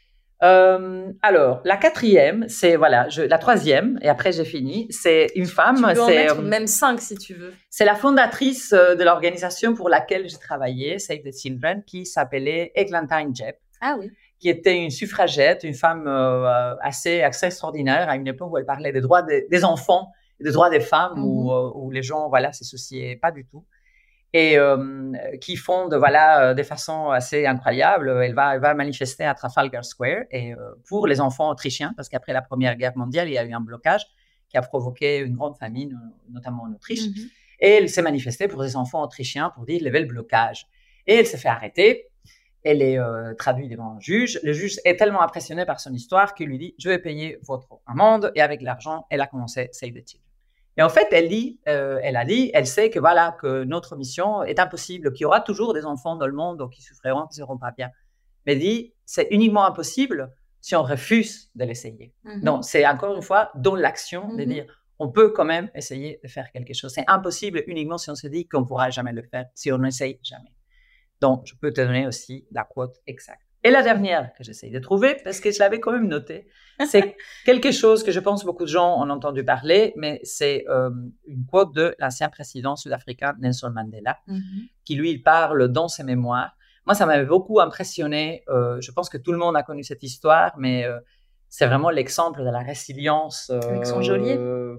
Speaker 2: Euh, alors, la quatrième, c'est, voilà, je, la troisième, et après j'ai fini, c'est une femme.
Speaker 1: Tu peux
Speaker 2: c'est,
Speaker 1: en mettre même cinq si tu veux.
Speaker 2: C'est la fondatrice de l'organisation pour laquelle j'ai travaillé, Save the Children, qui s'appelait Eglantine Jebb.
Speaker 1: Ah oui.
Speaker 2: Qui était une suffragette, une femme euh, assez, assez extraordinaire, à une époque où elle parlait des droits des, des enfants et des droits des femmes, mm-hmm. où, euh, où les gens, voilà, se souciaient pas du tout. Et euh, qui fonde, voilà, de façon assez incroyable. Elle va, elle va manifester à Trafalgar Square et, euh, pour les enfants autrichiens, parce qu'après la Première Guerre mondiale, il y a eu un blocage qui a provoqué une grande famine, notamment en Autriche. Mm-hmm. Et elle s'est manifestée pour les enfants autrichiens pour dire levez le blocage. Et elle s'est fait arrêter. Elle est euh, traduite devant un juge. Le juge est tellement impressionné par son histoire qu'il lui dit « Je vais payer votre amende ». Et avec l'argent, elle a commencé Save the Children. Et en fait, elle dit, euh, elle a dit, elle sait que voilà que notre mission est impossible, qu'il y aura toujours des enfants dans le monde qui souffriront, qui ne seront pas bien. Mais elle dit, c'est uniquement impossible si on refuse de l'essayer. Mm-hmm. Donc, c'est encore une fois dans l'action mm-hmm. de dire, on peut quand même essayer de faire quelque chose. C'est impossible uniquement si on se dit qu'on ne pourra jamais le faire, si on n'essaye jamais. Donc, je peux te donner aussi la quote exacte. Et la dernière que j'essaye de trouver, parce que je l'avais quand même notée, c'est quelque chose que je pense beaucoup de gens ont entendu parler, mais c'est euh, une quote de l'ancien président sud-africain Nelson Mandela, mm-hmm. qui lui, il parle dans ses mémoires. Moi, ça m'avait beaucoup impressionné. Euh, je pense que tout le monde a connu cette histoire, mais euh, c'est vraiment l'exemple de la résilience. Euh,
Speaker 1: avec son geôlier.
Speaker 2: Euh,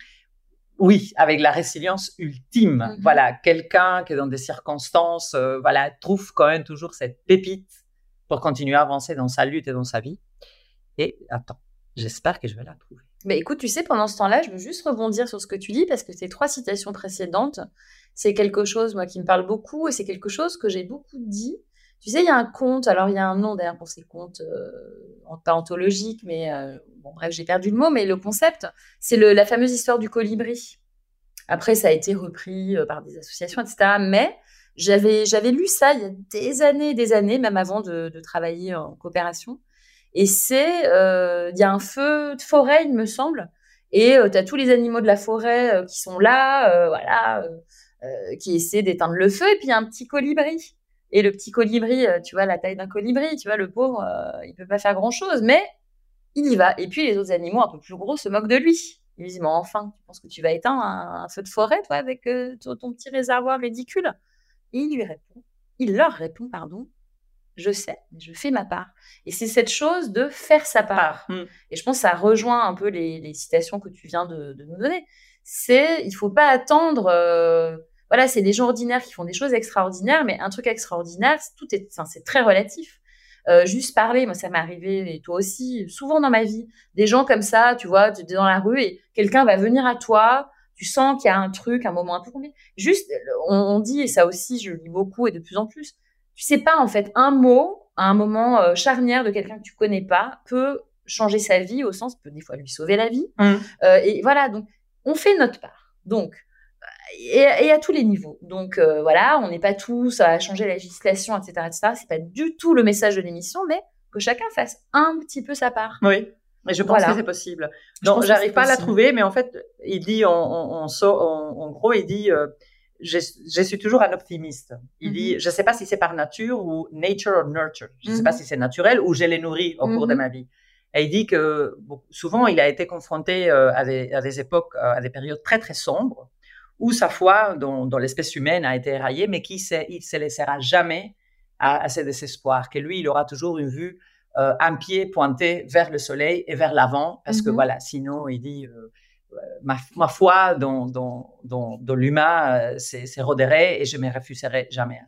Speaker 2: oui, avec la résilience ultime. Mm-hmm. Voilà, quelqu'un qui, dans des circonstances, euh, voilà, trouve quand même toujours cette pépite pour continuer à avancer dans sa lutte et dans sa vie. Et attends, j'espère que je vais la trouver.
Speaker 1: Mais écoute, tu sais, pendant ce temps-là, je veux juste rebondir sur ce que tu dis, parce que ces trois citations précédentes, c'est quelque chose, moi, qui me parle beaucoup, et c'est quelque chose que j'ai beaucoup dit. Tu sais, il y a un conte, alors il y a un nom d'ailleurs pour ces contes, euh, pas anthologiques, mais euh, bon, bref, j'ai perdu le mot, mais le concept, c'est le, la fameuse histoire du colibri. Après, ça a été repris euh, par des associations, et cetera. Mais j'avais, j'avais lu ça il y a des années et des années, même avant de, de travailler en coopération. Et c'est, euh, il y a un feu de forêt, il me semble, et euh, tu as tous les animaux de la forêt euh, qui sont là, euh, voilà, euh, euh, qui essaient d'éteindre le feu, et puis il y a un petit colibri. Et le petit colibri, euh, tu vois, la taille d'un colibri, tu vois, le pauvre, euh, il peut pas faire grand-chose, mais il y va. Et puis les autres animaux un peu plus gros se moquent de lui. Ils disent, mais enfin, tu penses que tu vas éteindre un, un feu de forêt, toi, avec euh, ton, ton petit réservoir ridicule? Et il lui répond, il leur répond, pardon, je sais, mais je fais ma part. Et c'est cette chose de faire sa part. Mmh. Et je pense que ça rejoint un peu les, les citations que tu viens de, de nous donner. C'est, il faut pas attendre, euh, voilà, c'est des gens ordinaires qui font des choses extraordinaires, mais un truc extraordinaire, tout est, enfin, c'est très relatif. Euh, juste parler, moi ça m'est arrivé, et toi aussi, souvent dans ma vie, des gens comme ça, tu vois, tu es dans la rue et quelqu'un va venir à toi, tu sens qu'il y a un truc, un moment un peu compliqué. Juste, on, on dit, et ça aussi, je le dis beaucoup et de plus en plus, tu sais pas, en fait, un mot, à un moment euh, charnière de quelqu'un que tu connais pas, peut changer sa vie, au sens, peut des fois lui sauver la vie. Mmh. Euh, et voilà, donc, on fait notre part. Donc, et, et à tous les niveaux. Donc, euh, voilà, on n'est pas tous à changer la législation, et cetera, et cetera. C'est pas du tout le message de l'émission, mais que chacun fasse un petit peu sa part.
Speaker 2: Oui. Mais je pense voilà. que c'est possible. Donc, j'arrive pas possible. à la trouver, mais en fait, il dit, on, on, on sort, on, en gros, il dit, euh, je, je suis toujours un optimiste. Il mm-hmm. dit, je sais pas si c'est par nature ou nature or nurture. Je mm-hmm. sais pas si c'est naturel ou je l'ai nourri au mm-hmm. cours de ma vie. Et il dit que bon, souvent, il a été confronté euh, à, des, à des époques, euh, à des périodes très, très sombres, où sa foi dans, dans l'espèce humaine a été éraillée, mais qu'il ne se laissera jamais à, à ses désespoirs, que lui, il aura toujours une vue, euh, un pied pointé vers le soleil et vers l'avant, parce mm-hmm. que voilà, sinon, il dit, euh, ma, ma foi dans, dans, dans, dans l'humain, euh, c'est, c'est rodéré et je ne me refuserai jamais à ça.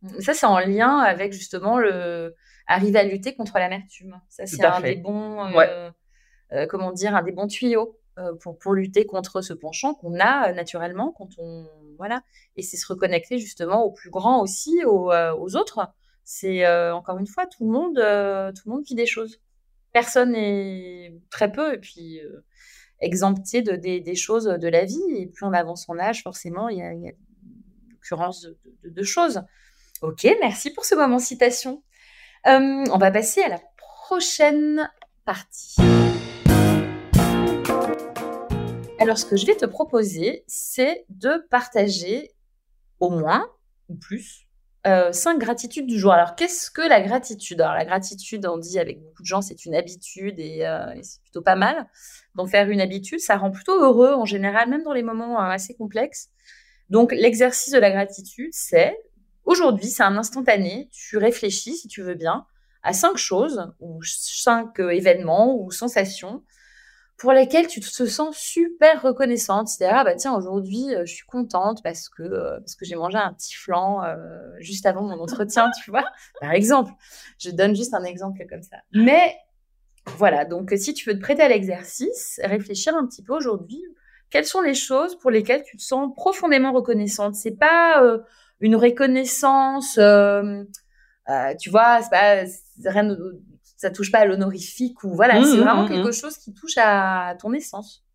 Speaker 1: Ça, c'est en lien avec justement le arriver à lutter contre l'amertume. Ça, c'est un
Speaker 2: fait.
Speaker 1: des bons, euh,
Speaker 2: Ouais.
Speaker 1: euh, comment dire, un des bons tuyaux euh, pour, pour lutter contre ce penchant qu'on a euh, naturellement quand on, voilà. Et c'est se reconnecter justement au plus grand aussi, aux, euh, aux autres. C'est euh, encore une fois, tout le monde, euh, tout le monde vit des choses. Personne n'est très peu et puis euh, exempté de, des, des choses de la vie. Et plus on avance en âge, forcément, il y a, il y a une occurrence de, de, de choses. Ok, merci pour ce moment citation. Euh, on va passer à la prochaine partie. Alors, ce que je vais te proposer, c'est de partager au moins ou plus euh, cinq gratitudes du jour. Alors, qu'est-ce que la gratitude? Alors, la gratitude, on dit avec beaucoup de gens, c'est une habitude et, euh, et c'est plutôt pas mal. Donc, faire une habitude, ça rend plutôt heureux en général, même dans les moments euh, assez complexes. Donc, l'exercice de la gratitude, c'est aujourd'hui, c'est un instantané. Tu réfléchis, si tu veux bien, à cinq choses ou cinq euh, événements ou sensations pour lesquelles tu te sens super reconnaissante. C'est-à-dire, ah bah tiens, aujourd'hui, euh, je suis contente parce que, euh, parce que j'ai mangé un petit flan euh, juste avant mon entretien, tu vois, par exemple. Je donne juste un exemple comme ça. Mais voilà, donc si tu veux te prêter à l'exercice, réfléchir un petit peu aujourd'hui, quelles sont les choses pour lesquelles tu te sens profondément reconnaissante? C'est pas euh, une reconnaissance, euh, euh, tu vois, c'est pas c'est rien de, ça touche pas à l'honorifique ou voilà,
Speaker 2: Mmh,
Speaker 1: c'est
Speaker 2: mmh,
Speaker 1: vraiment
Speaker 2: mmh,
Speaker 1: quelque
Speaker 2: mmh.
Speaker 1: chose qui touche à ton essence.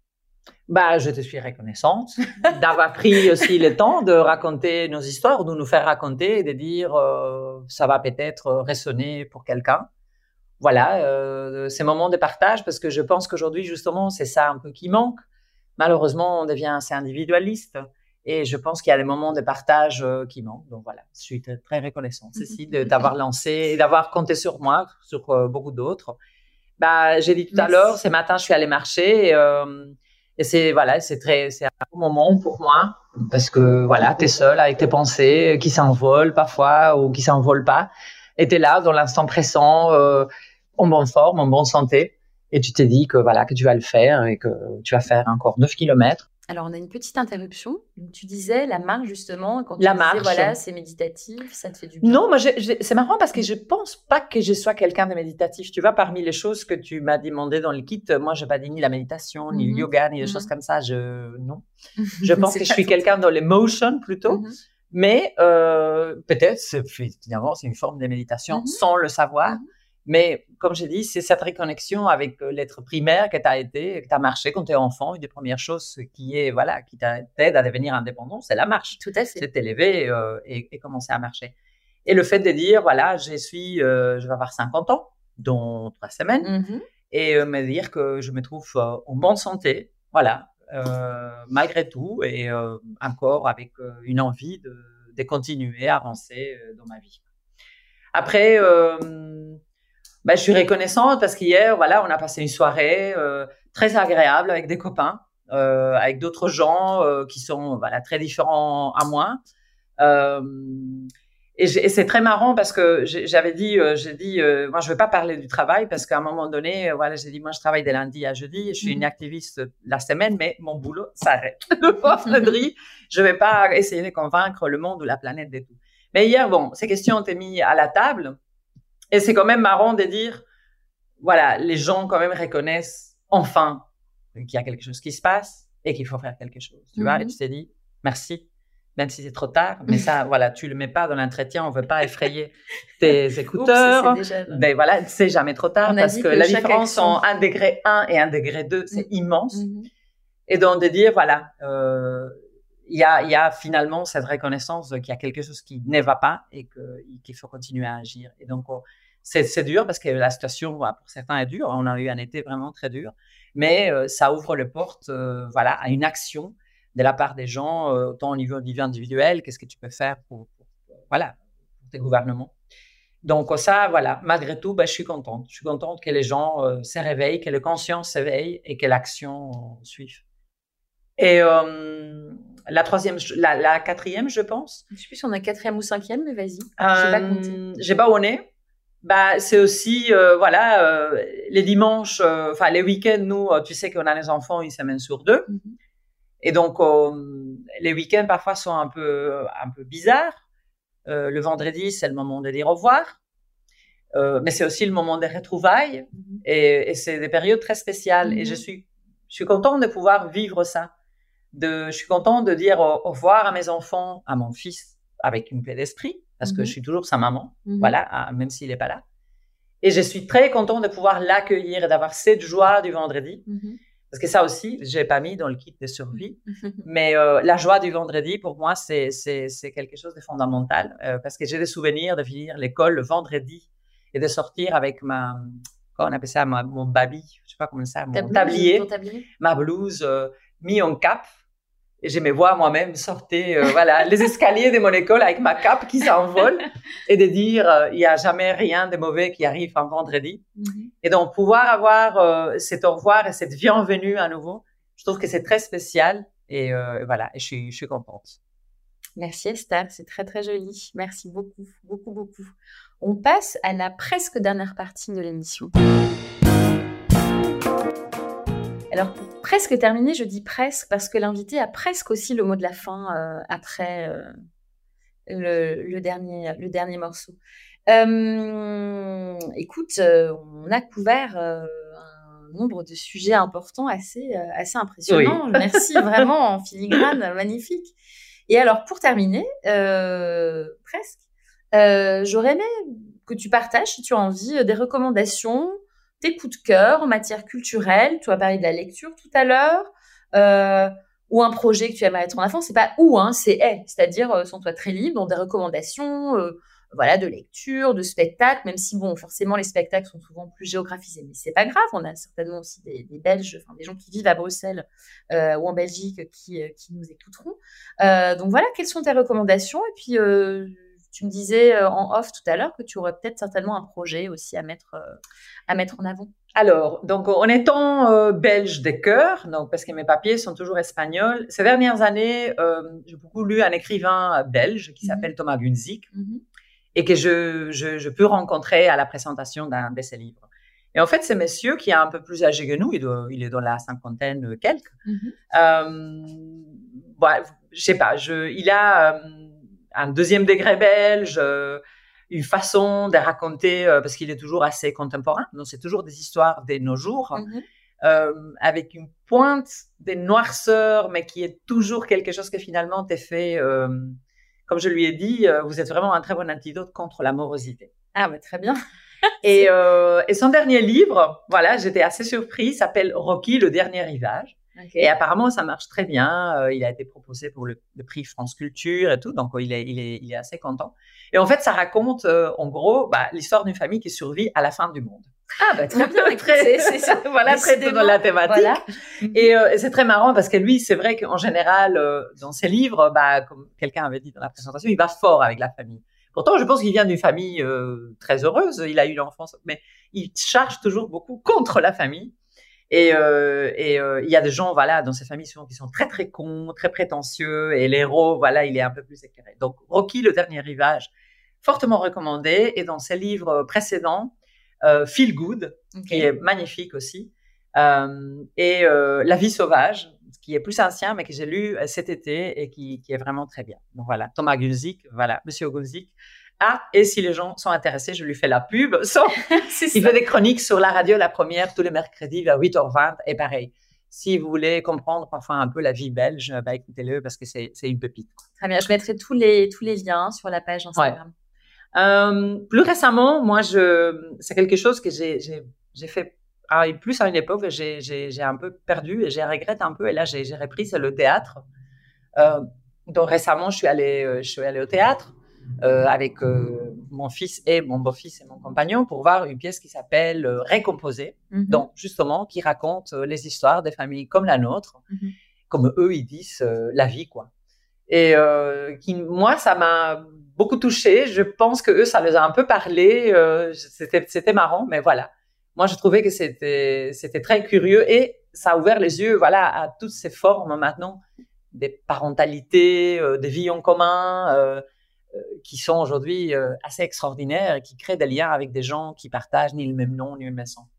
Speaker 2: Bah, je te suis reconnaissante d'avoir pris aussi le temps de raconter nos histoires, de nous faire raconter et de dire euh, ça va peut-être résonner pour quelqu'un. Voilà, euh, ces moments de partage, parce que je pense qu'aujourd'hui, justement, c'est ça un peu qui manque. Malheureusement, on devient assez individualiste et je pense qu'il y a des moments de partage euh, qui manquent. Donc voilà, je suis très, très reconnaissante, Cécile, de t'avoir lancé et d'avoir compté sur moi, sur euh, beaucoup d'autres. Bah, j'ai dit tout à
Speaker 1: Merci.
Speaker 2: l'heure, ce matin, je suis allée marcher et, euh, et c'est voilà, c'est très, c'est un bon moment pour moi parce que voilà, t'es seule avec tes pensées qui s'envolent parfois ou qui s'envolent pas. Et t'es là dans l'instant présent, euh, en bonne forme, en bonne santé. Et tu t'es dit que voilà, que tu vas le faire et que tu vas faire encore neuf kilomètres.
Speaker 1: Alors, on a une petite interruption. Tu disais la marche, justement, quand tu
Speaker 2: La
Speaker 1: disais,
Speaker 2: marche.
Speaker 1: voilà, c'est méditatif, ça te fait du bien.
Speaker 2: Non, moi, j'ai- j'ai- c'est marrant parce que je pense pas que je sois quelqu'un de méditatif. Tu vois, parmi les choses que tu m'as demandé dans le kit, moi, je n'ai pas dit ni la méditation, ni le
Speaker 1: Mhm.
Speaker 2: yoga, ni des
Speaker 1: Mhm.
Speaker 2: choses comme ça. Je, non. Je pense
Speaker 1: C'est
Speaker 2: que je
Speaker 1: pas
Speaker 2: suis
Speaker 1: ton
Speaker 2: quelqu'un dans l'émotion plutôt.
Speaker 1: Mhm.
Speaker 2: Mais euh, peut-être, c'est- finalement, c'est une forme de méditation
Speaker 1: Mhm.
Speaker 2: sans le savoir.
Speaker 1: Mhm.
Speaker 2: Mais comme j'ai dit, c'est cette réconnexion avec euh, l'être primaire que tu as été, que tu as marché quand tu es enfant. Une des premières choses qui est, voilà, qui t'aide à devenir indépendant, c'est la marche.
Speaker 1: Tout à fait.
Speaker 2: C'est t'élever euh, et, et commencer à marcher. Et le fait de dire, voilà, je suis, euh, je vais avoir cinquante ans, dans trois semaines,
Speaker 1: Mhm.
Speaker 2: et euh, me dire que je me trouve euh, en bonne santé, voilà, euh, malgré tout, et euh, encore avec euh, une envie de, de continuer à avancer euh, dans ma vie. Après, euh, ben, je suis reconnaissante parce qu'hier, voilà, on a passé une soirée euh, très agréable avec des copains, euh, avec d'autres gens euh, qui sont voilà, très différents à moi. Euh, et, et c'est très marrant parce que j'avais dit, euh, j'ai dit, euh, moi je veux pas parler du travail parce qu'à un moment donné, euh, voilà, j'ai dit, moi je travaille de lundi à jeudi, je suis une activiste la semaine, mais mon boulot s'arrête le vendredi. Je vais pas essayer de convaincre le monde ou la planète de tout. Mais hier, bon, ces questions ont été mises à la table et c'est quand même marrant de dire, voilà, les gens quand même reconnaissent enfin qu'il y a quelque chose qui se passe et qu'il faut faire quelque chose, tu mm-hmm. vois, et tu t'es dit, merci. Même si c'est trop tard, mais ça, voilà, tu le mets pas dans l'entretien, on veut pas effrayer tes écouteurs.
Speaker 1: Oups, c'est déjà...
Speaker 2: Mais voilà, c'est jamais trop tard on parce que, que la différence entre un degré un et un degré deux, c'est mmh. immense. Mmh. Et donc de dire, voilà, euh, il y a, il y a finalement cette reconnaissance qu'il y a quelque chose qui ne va pas et que, qu'il faut continuer à agir. Et donc, on, c'est, c'est dur parce que la situation, pour certains, est dure. On a eu un été vraiment très dur, mais euh, ça ouvre les portes, euh, voilà, à une action de la part des gens, euh, autant au niveau, niveau individuel, qu'est-ce que tu peux faire pour, pour, pour, voilà, pour tes gouvernements. Donc ça, voilà, malgré tout, ben, je suis contente. Je suis contente que les gens euh, se réveillent, que la conscience s'éveille et que l'action euh, suive. Et euh, la troisième, la, la quatrième, je pense.
Speaker 1: Je ne sais plus si on a quatrième ou cinquième, mais vas-y.
Speaker 2: Euh,
Speaker 1: j'ai pas compté.
Speaker 2: J'ai pas au nez. Bah, c'est aussi, euh, voilà, euh, les dimanches, enfin, euh, les week-ends, nous, tu sais qu'on a les enfants une semaine sur deux. Mm-hmm. Et donc, euh, les week-ends, parfois, sont un peu, un peu bizarres. Euh, le vendredi, c'est le moment de dire au revoir. Euh, mais c'est aussi le moment des retrouvailles. Mm-hmm. et, et c'est des périodes très spéciales. Mm-hmm. Et je suis, je suis contente de pouvoir vivre ça. De, je suis contente de dire au, au revoir à mes enfants, à mon fils, avec une paix d'esprit, parce mm-hmm. que je suis toujours sa maman, mm-hmm. voilà, même s'il n'est pas là. Et je suis très contente de pouvoir l'accueillir et d'avoir cette joie du vendredi. Mm-hmm. Parce que ça aussi, je n'ai pas mis dans le kit de survie. Mm-hmm. Mais euh, la joie du vendredi, pour moi, c'est, c'est, c'est quelque chose de fondamental. Euh, parce que j'ai des souvenirs de finir l'école le vendredi et de sortir avec ma, comment on appelle ça, ma, mon babi, je ne sais pas comment ça, mon blouse, tablier, tablier, ma blouse euh, mis en cap. Et je me vois moi-même sortir euh, voilà, les escaliers de mon école avec ma cape qui s'envole et de dire il euh, n'y a jamais rien de mauvais qui arrive un vendredi. Mm-hmm. Et donc, pouvoir avoir euh, cet au revoir et cette bienvenue à nouveau, je trouve que c'est très spécial. Et euh, voilà, et je suis, je suis contente.
Speaker 1: Merci Esther, c'est très très joli. Merci beaucoup, beaucoup, beaucoup. On passe à la presque dernière partie de l'émission. Alors, pour presque terminer, je dis presque parce que l'invité a presque aussi le mot de la fin euh, après euh, le, le, dernier, le dernier morceau. Euh, écoute, euh, on a couvert euh, un nombre de sujets importants assez, euh, assez impressionnants. Oui. Merci, vraiment, en filigrane, magnifique. Et alors, pour terminer, euh, presque, euh, j'aurais aimé que tu partages, si tu as envie, des recommandations, tes coups de cœur en matière culturelle. Tu as parlé de la lecture tout à l'heure, euh, ou un projet que tu aimerais mettre en avant. C'est pas où, hein, c'est est, c'est-à-dire euh, sens-toi très libre, dans des recommandations, euh, voilà, de lecture, de spectacle, même si bon, forcément les spectacles sont souvent plus géographisés, mais c'est pas grave. On a certainement aussi des, des Belges, enfin des gens qui vivent à Bruxelles euh, ou en Belgique qui euh, qui nous écouteront. Euh, donc voilà, quelles sont tes recommandations? Et puis euh, tu me disais euh, en off tout à l'heure que tu aurais peut-être certainement un projet aussi à mettre, euh, à mettre en avant.
Speaker 2: Alors, donc, en étant euh, belge de cœur, donc, parce que mes papiers sont toujours espagnols, ces dernières années, euh, j'ai beaucoup lu un écrivain belge qui mm-hmm. s'appelle Thomas Gunzik mm-hmm. et que je, je, je peux rencontrer à la présentation d'un de ses livres. Et en fait, c'est monsieur qui est un peu plus âgé que nous, il, doit, il est dans la cinquantaine quelques. Mm-hmm. Euh, bah, je sais pas, je, il a... Euh, un deuxième degré belge, euh, une façon de raconter, euh, parce qu'il est toujours assez contemporain, donc c'est toujours des histoires de nos jours, mm-hmm. euh, avec une pointe de noirceur, mais qui est toujours quelque chose que finalement t'es fait, euh, comme je lui ai dit, euh, vous êtes vraiment un très bon antidote contre la morosité.
Speaker 1: Ah, bah, très bien.
Speaker 2: et, euh, et son dernier livre, voilà, j'étais assez surprise, s'appelle Rocky, le dernier rivage. Okay. Et apparemment, ça marche très bien. Euh, il a été proposé pour le, le prix France Culture et tout, donc il est, il est, il est assez content. Et en fait, ça raconte, euh, en gros, bah, l'histoire d'une famille qui survit à la fin du monde.
Speaker 1: Ah, bah, très bien.
Speaker 2: très, c'est, c'est, voilà, très dans la thématique. Voilà. Et, euh, et c'est très marrant parce que lui, c'est vrai qu'en général, euh, dans ses livres, bah, comme quelqu'un avait dit dans la présentation, il va fort avec la famille. Pourtant, je pense qu'il vient d'une famille euh, très heureuse. Il a eu l'enfance, mais il charge toujours beaucoup contre la famille. Et euh, et euh, il y a des gens, voilà, dans ces familles souvent qui sont très très cons, très prétentieux, et l'héros, voilà, il est un peu plus éclairé. Donc Rocky, le dernier rivage, fortement recommandé. Et dans ses livres précédents, euh, Feel Good, okay. qui est magnifique aussi, euh, et euh, La vie sauvage, qui est plus ancien, mais que j'ai lu cet été et qui qui est vraiment très bien. Donc voilà, Thomas Gunzik, voilà, Monsieur Gunzik. Ah, et si les gens sont intéressés, je lui fais la pub. So, il fait des chroniques sur la radio, la première, tous les mercredis vers huit heures vingt. Et pareil, si vous voulez comprendre parfois un peu la vie belge, bah, écoutez-le parce que c'est, c'est une pépite.
Speaker 1: Très bien, je mettrai tous les, tous les liens sur la page Instagram.
Speaker 2: Ouais. Euh, plus récemment, moi, je, c'est quelque chose que j'ai, j'ai, j'ai fait ah, plus à une époque, j'ai, j'ai, j'ai un peu perdu et j'ai regretté un peu. Et là, j'ai, j'ai repris, c'est le théâtre. Euh, donc récemment, je suis allée, je suis allée au théâtre. Euh, avec euh, mon fils et mon beau-fils et mon compagnon pour voir une pièce qui s'appelle euh, Récomposé, mm-hmm. donc justement qui raconte euh, les histoires des familles comme la nôtre, mm-hmm. comme eux ils disent euh, la vie quoi. Et euh, qui, moi ça m'a beaucoup touchée. Je pense que eux ça les a un peu parlé. Euh, c'était c'était marrant, mais voilà. Moi je trouvais que c'était c'était très curieux et ça a ouvert les yeux voilà à toutes ces formes maintenant des parentalités, euh, des vies en commun. Euh, qui sont aujourd'hui euh, assez extraordinaires et qui créent des liens avec des gens qui partagent ni le même nom ni le même sang.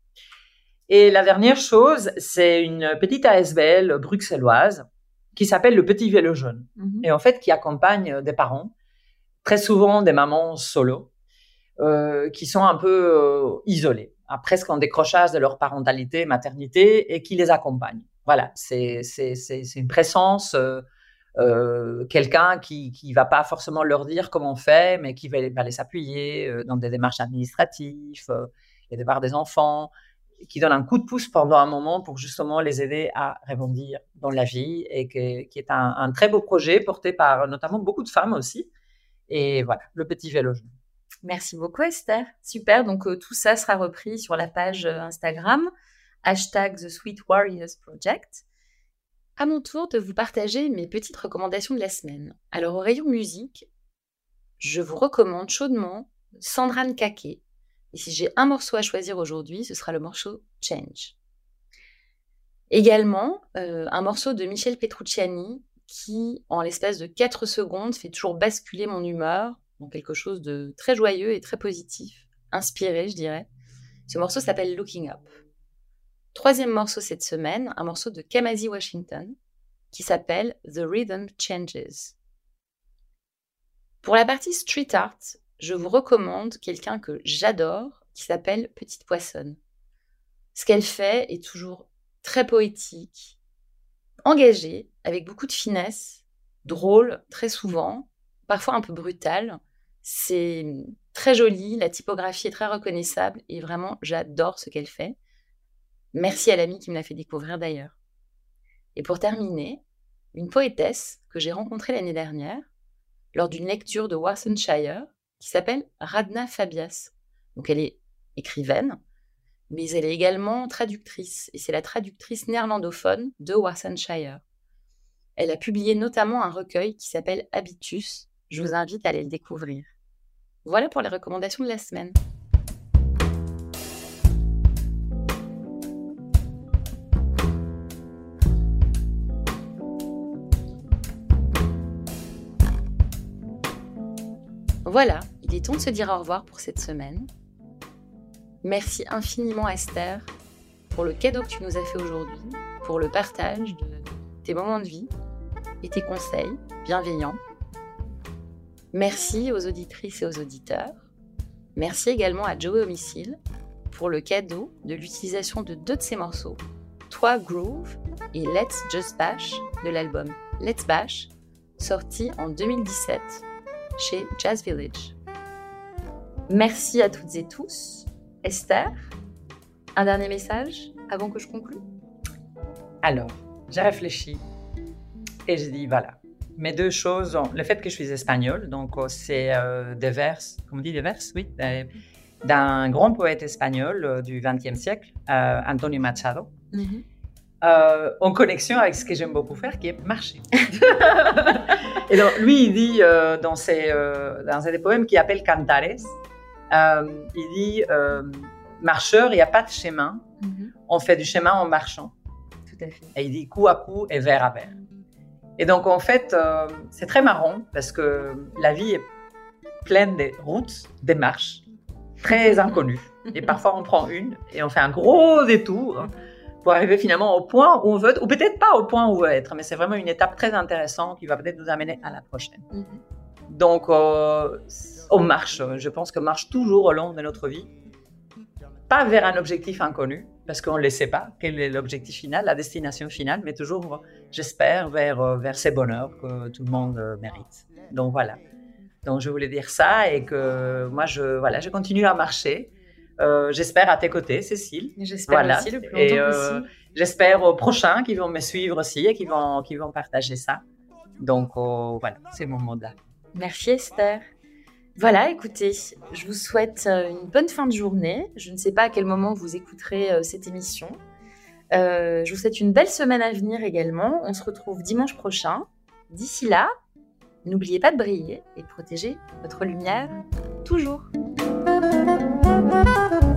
Speaker 2: Et la dernière chose, c'est une petite A S B L bruxelloise qui s'appelle le Petit Vélo Jaune mm-hmm. et en fait qui accompagne des parents très souvent des mamans solo euh, qui sont un peu euh, isolées, à presque en décrochage de leur parentalité, maternité, et qui les accompagnent. Voilà, c'est, c'est, c'est, c'est une présence, euh, euh, quelqu'un qui ne va pas forcément leur dire comment on fait, mais qui va, va les appuyer euh, dans des démarches administratives, euh, les départs des enfants, qui donne un coup de pouce pendant un moment pour justement les aider à rebondir dans la vie, et que, qui est un, un très beau projet porté par notamment beaucoup de femmes aussi. Et voilà, le petit vélo jaune.
Speaker 1: Merci beaucoup Esther. Super, donc euh, tout ça sera repris sur la page euh, Instagram, hashtag The Sweet Warriors Project. À mon tour de vous partager mes petites recommandations de la semaine. Alors au rayon musique, je vous recommande chaudement Sandra Nkake. Et si j'ai un morceau à choisir aujourd'hui, ce sera le morceau Change. Également, euh, un morceau de Michel Petrucciani qui, en l'espace de quatre secondes, fait toujours basculer mon humeur dans quelque chose de très joyeux et très positif, inspiré, je dirais. Ce morceau s'appelle Looking Up. Troisième morceau cette semaine, un morceau de Kamasi Washington qui s'appelle The Rhythm Changes. Pour la partie street art, je vous recommande quelqu'un que j'adore, qui s'appelle Petite Poissonne. Ce qu'elle fait est toujours très poétique, engagée, avec beaucoup de finesse, drôle très souvent, parfois un peu brutale. C'est très joli, la typographie est très reconnaissable et vraiment, j'adore ce qu'elle fait. Merci à l'amie qui me l'a fait découvrir d'ailleurs. Et pour terminer, une poétesse que j'ai rencontrée l'année dernière, lors d'une lecture de Worcestershire, qui s'appelle Radna Fabias. Donc elle est écrivaine, mais elle est également traductrice, et c'est la traductrice néerlandophone de Worcestershire. Elle a publié notamment un recueil qui s'appelle Habitus. Je vous invite à aller le découvrir. Voilà pour les recommandations de la semaine. Voilà, il est temps de se dire au revoir pour cette semaine. Merci infiniment Esther pour le cadeau que tu nous as fait aujourd'hui, pour le partage de tes moments de vie et tes conseils bienveillants. Merci aux auditrices et aux auditeurs. Merci également à Joey Homicile pour le cadeau de l'utilisation de deux de ses morceaux, Toi Groove et Let's Just Bash de l'album Let's Bash, sorti en deux mille dix-sept chez Jazz Village. Merci à toutes et tous. Esther, un dernier message avant que je conclue?
Speaker 2: Alors, j'ai réfléchi et j'ai dit voilà, mes deux choses, le fait que je suis espagnole, donc c'est euh, des vers, comment on dit des vers, oui, euh, d'un grand poète espagnol euh, du vingtième siècle, euh, Antonio Machado, mm-hmm. euh, en connexion avec ce que j'aime beaucoup faire, qui est marcher. Et donc, lui, il dit euh, dans, ses, euh, dans ses poèmes qu'il appelle Cantares, euh, il dit euh, marcheur, il n'y a pas de chemin, mm-hmm. on fait du chemin en marchant.
Speaker 1: Tout à fait.
Speaker 2: Et il dit coup à coup et vers à vers. Et donc, en fait, euh, c'est très marrant parce que la vie est pleine de routes, des marches très inconnues. Et parfois, on prend une et on fait un gros détour pour arriver finalement au point où on veut être, ou peut-être pas au point où on veut être, mais c'est vraiment une étape très intéressante qui va peut-être nous amener à la prochaine. Mm-hmm. Donc, euh, on marche. Je pense qu'on marche toujours au long de notre vie. Pas vers un objectif inconnu, parce qu'on ne le sait pas, quel est l'objectif final, la destination finale, mais toujours, j'espère, vers, vers ces bonheurs que tout le monde mérite. Donc voilà. Donc je voulais dire ça et que moi, je, voilà, je continue à marcher. Euh, j'espère à tes côtés, Cécile.
Speaker 1: J'espère voilà. aussi, le plus longtemps
Speaker 2: et, euh,
Speaker 1: possible.
Speaker 2: J'espère aux prochains qui vont me suivre aussi et qui vont, qui vont partager ça. Donc euh, voilà, c'est mon mot là.
Speaker 1: Merci Esther. Voilà, écoutez, je vous souhaite une bonne fin de journée. Je ne sais pas à quel moment vous écouterez euh, cette émission. Euh, je vous souhaite une belle semaine à venir également. On se retrouve dimanche prochain. D'ici là, n'oubliez pas de briller et de protéger votre lumière toujours.